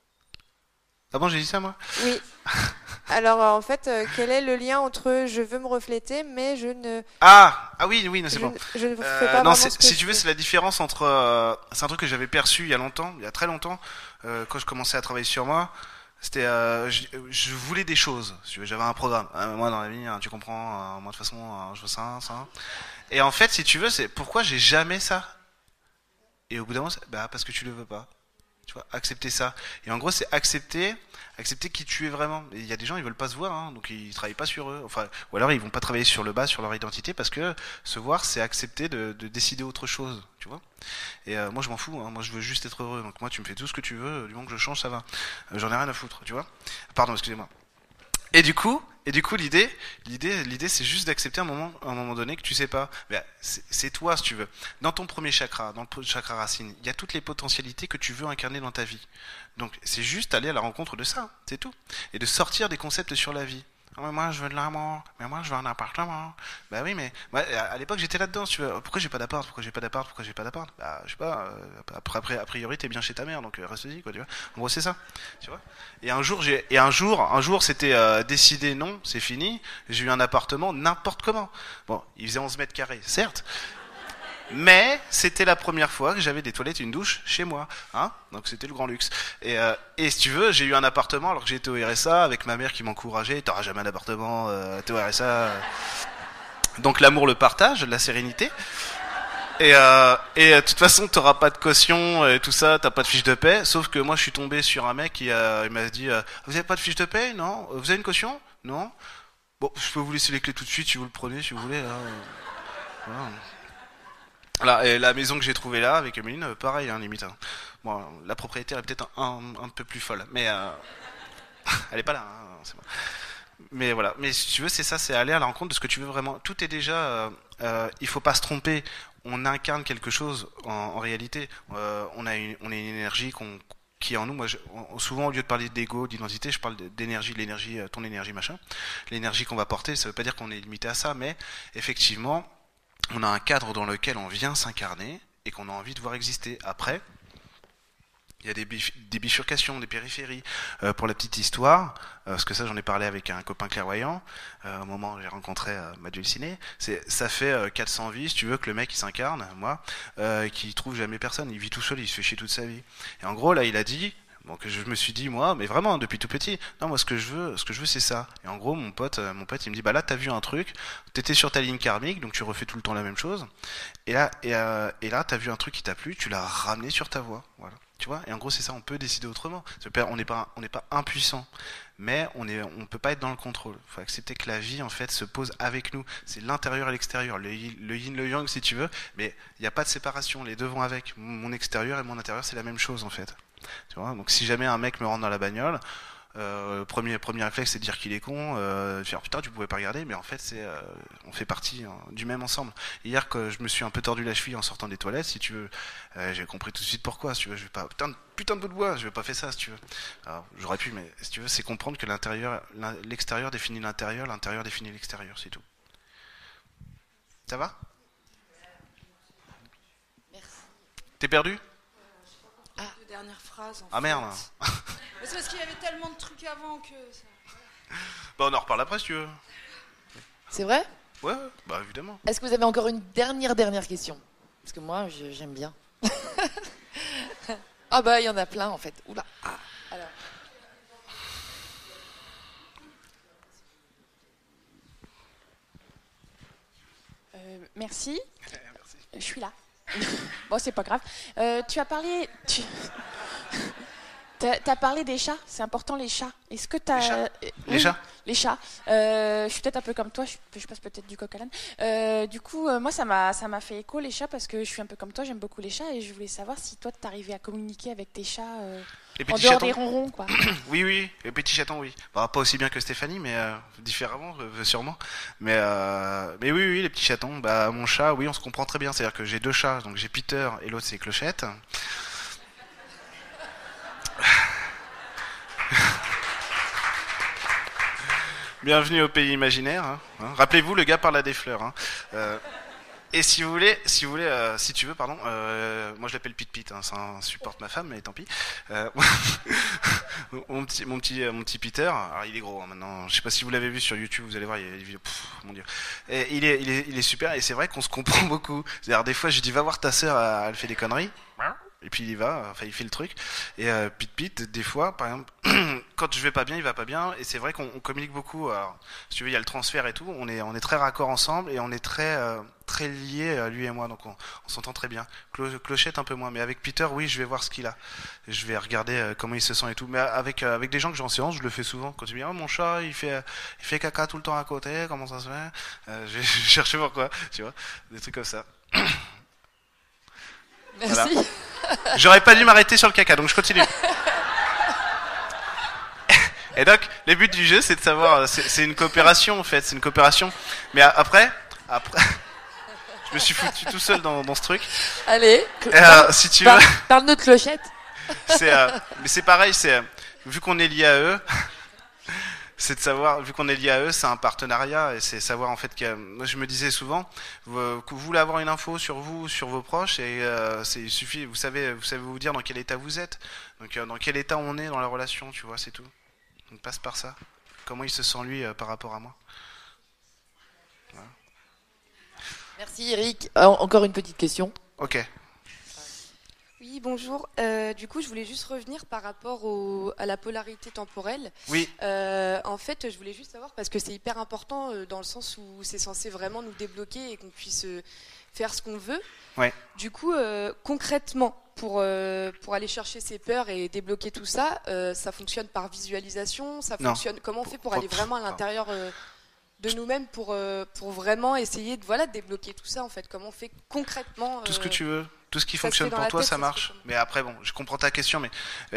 Ah bon, j'ai dit ça, moi? Oui. Alors, en fait, quel est le lien entre je veux me refléter, mais je ne... Ah oui, non, c'est bon. Je ne fais pas vraiment non, ce que si je tu veux, fais. c'est la différence entre... c'est un truc que j'avais perçu il y a très longtemps, quand je commençais à travailler sur moi. C'était, je voulais des choses. Si tu veux, j'avais un programme. Moi, dans la vie, tu comprends. Moi, de toute façon, je veux ça. Et en fait, si tu veux, c'est pourquoi j'ai jamais ça. Et au bout d'un moment, parce que tu le veux pas. Tu vois, accepter ça. Et en gros, c'est accepter qui tu es vraiment. Et il y a des gens, ils veulent pas se voir, hein, donc ils travaillent pas sur eux. Enfin, ou alors ils vont pas travailler sur le bas, sur leur identité, parce que se voir, c'est accepter de décider autre chose. Tu vois. Et moi, je m'en fous. Hein, moi, je veux juste être heureux. Donc moi, tu me fais tout ce que tu veux. Du moment que je change, ça va. J'en ai rien à foutre. Tu vois. Pardon, excusez-moi. Et du coup, l'idée, c'est juste d'accepter à un moment donné que tu sais pas. C'est toi, si tu veux. Dans ton premier chakra, dans le chakra racine, il y a toutes les potentialités que tu veux incarner dans ta vie. Donc, c'est juste aller à la rencontre de ça, c'est tout. Et de sortir des concepts sur la vie. Oh, mais moi, je veux de l'amour. Mais moi, je veux un appartement. Bah oui, mais moi, à l'époque, j'étais là-dedans, si tu veux. Pourquoi j'ai pas d'appart? Je sais pas. Après, a priori, t'es bien chez ta mère, donc reste-y, quoi, tu vois. En gros, c'est ça, tu vois. Et un jour, c'était décidé, non, c'est fini. J'ai eu un appartement n'importe comment. Bon, il faisait 11 mètres carrés, certes. Mais c'était la première fois que j'avais des toilettes et une douche chez moi, hein. Donc c'était le grand luxe. Et si tu veux, j'ai eu un appartement alors que j'étais au RSA avec ma mère qui m'encourageait. T'auras jamais un appartement, t'es au RSA. Donc l'amour, le partage, la sérénité. Et de toute façon, t'auras pas de caution et tout ça, t'as pas de fiche de paie. Sauf que moi, je suis tombé sur un mec qui il m'a dit, vous avez pas de fiche de paie? Non. Vous avez une caution? Non. Bon, je peux vous laisser les clés tout de suite si vous le prenez, si vous voulez. Là. Voilà. Là, et la maison que j'ai trouvée là, avec Emeline, pareil, hein, limite. Hein. Bon, la propriétaire est peut-être un peu plus folle, mais elle est pas là. Hein, c'est bon. Mais voilà. Mais si tu veux, c'est ça, c'est aller à la rencontre de ce que tu veux vraiment. Tout est déjà. Il faut pas se tromper. On incarne quelque chose en réalité. On a une énergie qui est en nous. Moi, souvent, au lieu de parler d'ego, d'identité, je parle d'énergie, l'énergie, ton énergie, machin. L'énergie qu'on va porter, ça veut pas dire qu'on est limité à ça, mais effectivement. On a un cadre dans lequel on vient s'incarner et qu'on a envie de voir exister. Après, il y a des bifurcations, des périphéries. Pour la petite histoire, parce que ça j'en ai parlé avec un copain clairvoyant, au moment où j'ai rencontré Madu Ciné, ça fait 400 vies, si tu veux, que le mec il s'incarne, moi, qui trouve jamais personne, il vit tout seul, il se fait chier toute sa vie. Et en gros là il a dit... Donc je me suis dit moi, mais vraiment depuis tout petit, non moi ce que je veux c'est ça. Et en gros mon pote il me dit bah là t'as vu un truc, t'étais sur ta ligne karmique donc tu refais tout le temps la même chose. Et là t'as vu un truc qui t'a plu, tu l'as ramené sur ta voie, voilà. Tu vois. Et en gros c'est ça, on peut décider autrement. On n'est pas impuissant, mais on peut pas être dans le contrôle. Faut accepter que la vie en fait se pose avec nous. C'est l'intérieur et l'extérieur, le yin le yang si tu veux, mais il n'y a pas de séparation, les deux vont avec. Mon extérieur et mon intérieur c'est la même chose en fait. Tu vois, donc si jamais un mec me rentre dans la bagnole, premier réflexe c'est de dire qu'il est con, de faire putain tu pouvais pas regarder, mais en fait on fait partie du même ensemble. Hier que je me suis un peu tordu la cheville en sortant des toilettes, si tu veux, j'ai compris tout de suite pourquoi. Si tu veux, je vais pas putain de bout de bois, je vais pas faire ça si tu veux. Alors, j'aurais pu, mais si tu veux, c'est comprendre que l'extérieur définit l'intérieur définit l'extérieur, c'est tout. Ça va? Merci. T'es perdu? Dernière phrase. Ah merde. C'est parce qu'il y avait tellement de trucs avant que. Bah on en reparle après si tu veux. C'est vrai? Ouais, bah évidemment. Est-ce que vous avez encore une dernière question? Parce que moi, j'aime bien. Ah bah il y en a plein en fait. Oula. Ah, alors. Merci. Je suis là. Bon, c'est pas grave. Tu as parlé. T'as parlé des chats. C'est important les chats. Est-ce que t'as. Les chats Les chats. Je suis peut-être un peu comme toi. Je passe peut-être du coq à l'âne. Du coup, moi, ça m'a fait écho les chats parce que je suis un peu comme toi. J'aime beaucoup les chats et je voulais savoir si toi, t'arrivais à communiquer avec tes chats Les en petits dehors chatons des ronrons, quoi. Oui, les petits chatons, oui. Bah, pas aussi bien que Stéphanie, mais différemment, sûrement. Mais oui, les petits chatons. Bah, mon chat, oui, on se comprend très bien. C'est-à-dire que j'ai 2 chats, donc j'ai Peter et l'autre c'est Clochette. Bienvenue au pays imaginaire. Hein. Rappelez-vous, le gars parle à des fleurs. Hein. Et si tu veux, pardon, moi je l'appelle Pit, hein, ça supporte ma femme, mais tant pis. Mon petit Peter, alors il est gros hein, maintenant. Je sais pas si vous l'avez vu sur YouTube, vous allez voir, il y a des vidéos. Mon Dieu, et il est super et c'est vrai qu'on se comprend beaucoup. C'est-à-dire des fois je dis va voir ta sœur, elle fait des conneries. Et puis il y va, enfin il fait le truc. Et Pit, des fois, par exemple, quand je vais pas bien, il va pas bien. Et c'est vrai qu'on communique beaucoup. Alors, si tu veux, il y a le transfert et tout. On est très raccord ensemble et on est très liés, lui et moi. Donc on s'entend très bien. Clochette un peu moins, mais avec Peter, oui, je vais voir ce qu'il a. Je vais regarder comment il se sent et tout. Mais avec des gens que j'ai en séance, je le fais souvent. Quand tu me dis, oh, mon chat, il fait caca tout le temps à côté. Comment ça se fait Je vais chercher pourquoi. Tu vois, des trucs comme ça. Merci. Voilà. J'aurais pas dû m'arrêter sur le caca, donc je continue. Et donc, le but du jeu, c'est de savoir, c'est une coopération en fait, c'est une coopération. Mais après, je me suis foutu tout seul dans ce truc. Allez. Si tu veux, Parle-nous de Clochette. mais c'est pareil, vu qu'on est lié à eux. C'est de savoir, vu qu'on est lié à eux, c'est un partenariat et c'est savoir en fait que moi je me disais souvent, que vous voulez avoir une info sur vous, sur vos proches et il suffit, vous savez vous dire dans quel état vous êtes, donc dans quel état on est dans la relation, tu vois, c'est tout. On passe par ça. Comment il se sent lui par rapport à moi. Voilà. Merci Eric. Encore une petite question. Ok. Oui, bonjour. Du coup, je voulais juste revenir par rapport à la polarité temporelle. Oui. En fait, je voulais juste savoir, parce que c'est hyper important dans le sens où c'est censé vraiment nous débloquer et qu'on puisse faire ce qu'on veut. Ouais. Du coup, concrètement, pour aller chercher ses peurs et débloquer tout ça, ça fonctionne par visualisation, ça fonctionne. Comment on fait pour aller vraiment à l'intérieur de nous-mêmes pour vraiment essayer de débloquer tout ça en fait? Comment on fait concrètement Tout ce que tu veux. Tout ce qui fonctionne dans pour la toi, tête, ça ça marche. Mais après, bon, je comprends ta question, mais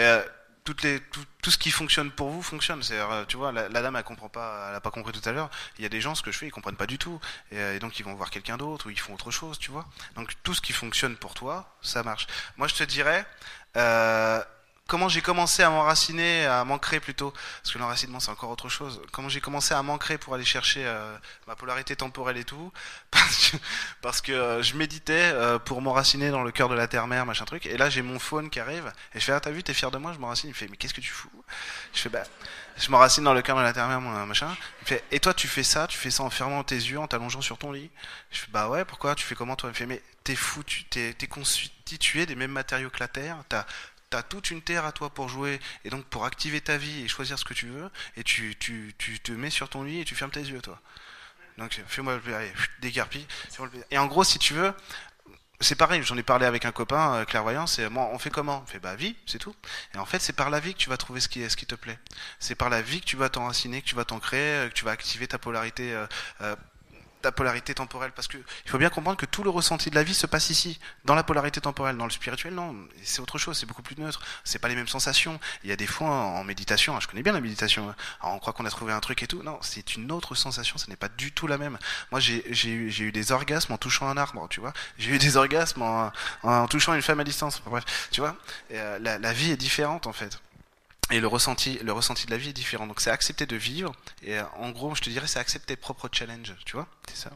tout ce qui fonctionne pour vous fonctionne. C'est-à-dire, tu vois, la dame, elle comprend pas, elle a pas compris tout à l'heure. Il y a des gens, ce que je fais, ils comprennent pas du tout, et donc ils vont voir quelqu'un d'autre ou ils font autre chose, tu vois. Donc tout ce qui fonctionne pour toi, ça marche. Moi, je te dirais. Comment j'ai commencé à m'enraciner, à m'ancrer plutôt, parce que l'enracinement c'est encore autre chose. Comment j'ai commencé à m'ancrer pour aller chercher ma polarité temporelle et tout, parce que je méditais pour m'enraciner dans le cœur de la terre-mère, machin truc. Et là j'ai mon faune qui arrive et je fais t'as vu, t'es fier de moi, je m'enracine. Il me fait mais qu'est-ce que tu fous? Je fais je m'enracine dans le cœur de la terre-mère, machin. Il me fait et toi tu fais ça en fermant tes yeux, en t'allongeant sur ton lit. Je fais ouais, pourquoi? Tu fais comment toi? Il me fait mais t'es fou, t'es constitué des mêmes matériaux que la terre. T'as toute une terre à toi pour jouer et donc pour activer ta vie et choisir ce que tu veux et tu te mets sur ton lit et tu fermes tes yeux toi. Donc fais-moi le plaisir, allez, déguerpille. Et en gros si tu veux, c'est pareil, j'en ai parlé avec un copain clairvoyant, c'est moi on fait comment? On fait vie, c'est tout. Et en fait c'est par la vie que tu vas trouver ce qui te plaît. C'est par la vie que tu vas t'enraciner, que tu vas t'ancrer, que tu vas activer ta polarité temporelle, parce que il faut bien comprendre que tout le ressenti de la vie se passe ici, dans la polarité temporelle. Dans le spirituel, non, c'est autre chose, c'est beaucoup plus neutre, c'est pas les mêmes sensations. Il y a des fois en méditation, je connais bien la méditation, alors on croit qu'on a trouvé un truc et tout, non, c'est une autre sensation, ce n'est pas du tout la même. Moi j'ai eu des orgasmes en touchant un arbre, tu vois, j'ai eu des orgasmes en touchant une femme à distance, bref, tu vois, et, la vie est différente en fait. Et le ressenti de la vie est différent. Donc c'est accepter de vivre. Et en gros, je te dirais, c'est accepter tes propres challenges. Tu vois? C'est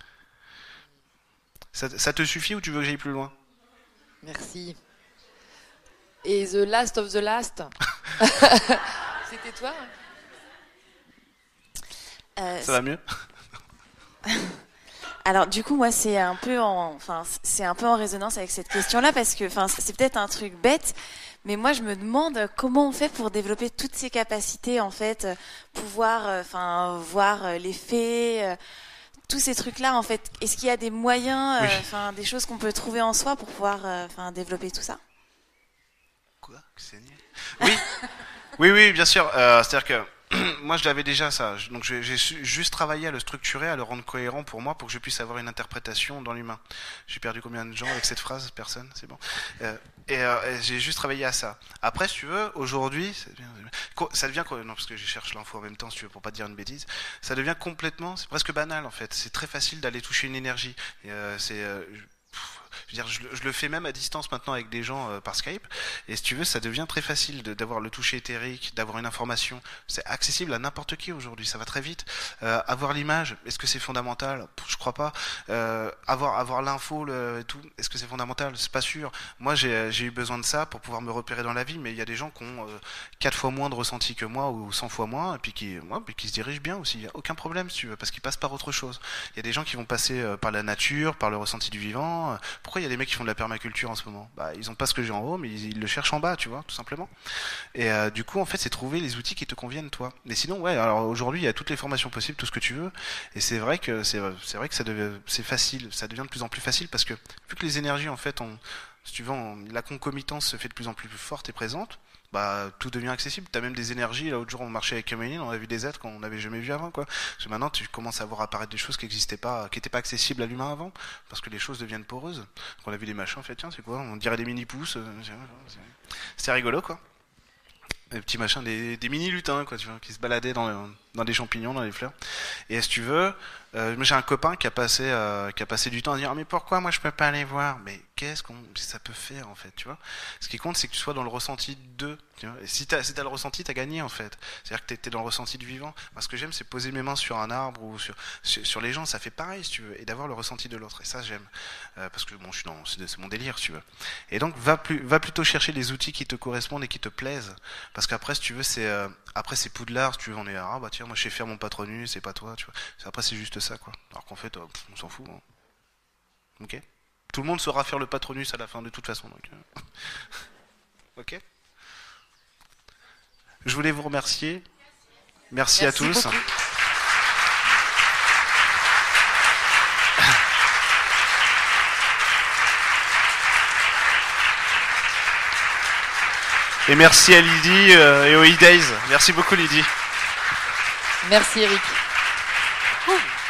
ça. Ça te suffit ou tu veux que j'aille plus loin? Merci. Et The Last of the Last? C'était toi? Ça va mieux? Alors du coup, moi, c'est un peu en résonance avec cette question-là parce que, c'est peut-être un truc bête, mais moi, je me demande comment on fait pour développer toutes ces capacités, en fait, pouvoir, voir les faits, tous ces trucs-là, en fait. Est-ce qu'il y a des moyens, des choses qu'on peut trouver en soi pour pouvoir, développer tout ça? Quoi, Ksenia? Oui, oui, bien sûr. C'est-à-dire que moi, je l'avais déjà ça. Donc, j'ai juste travaillé à le structurer, à le rendre cohérent pour moi, pour que je puisse avoir une interprétation dans l'humain. J'ai perdu combien de gens avec cette phrase? Personne, c'est bon. Et j'ai juste travaillé à ça. Après, si tu veux, aujourd'hui, ça devient non, parce que je cherche l'info en même temps, si tu veux, pour pas dire une bêtise. Ça devient complètement, c'est presque banal en fait. C'est très facile d'aller toucher une énergie. Je veux dire, je le fais même à distance maintenant avec des gens par Skype. Et si tu veux, ça devient très facile d'avoir le toucher éthérique, d'avoir une information. C'est accessible à n'importe qui aujourd'hui, ça va très vite. Avoir l'image, est-ce que c'est fondamental? Je crois pas. Avoir l'info et tout, est-ce que c'est fondamental? C'est pas sûr. Moi, j'ai eu besoin de ça pour pouvoir me repérer dans la vie, mais il y a des gens qui ont 4 fois moins de ressenti que moi ou 100 fois moins, et puis qui se dirigent bien aussi. Il y a aucun problème, si tu veux, parce qu'ils passent par autre chose. Il y a des gens qui vont passer par la nature, par le ressenti du vivant. Pourquoi il y a des mecs qui font de la permaculture en ce moment? Ils ont pas ce que j'ai en haut, mais ils le cherchent en bas, tu vois, tout simplement. Et du coup, en fait, c'est trouver les outils qui te conviennent, toi. Mais sinon, ouais, alors aujourd'hui, il y a toutes les formations possibles, tout ce que tu veux. Et c'est vrai que c'est facile, ça devient de plus en plus facile parce que vu que les énergies, en fait, si tu veux, la concomitance se fait de plus en plus forte et présente. Tout devient accessible. T'as même des énergies. L'autre jour, on marchait avec Caméline, on a vu des êtres qu'on n'avait jamais vu avant, quoi. Parce que maintenant, tu commences à voir apparaître des choses qui n'existaient pas, qui n'étaient pas accessibles à l'humain avant, parce que les choses deviennent poreuses. Donc, on a vu des machins, en fait, tiens, c'est quoi? On dirait des mini-pousses. C'est rigolo, quoi. Des petits machins, des mini-lutins, quoi, tu vois, qui se baladaient dans des champignons, dans les fleurs. Et si tu veux, j'ai un copain qui a passé du temps à dire mais pourquoi moi je peux pas aller voir? Mais qu'est-ce qu'on ça peut faire en fait, tu vois? Ce qui compte c'est que tu sois dans le ressenti d'eux, tu vois. Et si t'as le ressenti, t'as gagné en fait. C'est-à-dire que t'es dans le ressenti du vivant. Moi, ce que j'aime, c'est poser mes mains sur un arbre ou sur les gens, ça fait pareil si tu veux, et d'avoir le ressenti de l'autre. Et ça j'aime parce que bon, c'est mon délire si tu veux. Et donc va plutôt chercher les outils qui te correspondent et qui te plaisent, parce qu'après si tu veux après c'est Poudlard, si tu veux, on est bah tiens moi je sais faire mon patronus, c'est pas toi, tu vois. Après c'est juste ça quoi. Alors qu'en fait on s'en fout. Hein. Ok. Tout le monde saura faire le patronus à la fin de toute façon. Donc, ok. Je voulais vous remercier. Merci à tous. Beaucoup. Et merci à Lydie et aux E-Days. Merci beaucoup Lydie. Merci Eric. Ouh.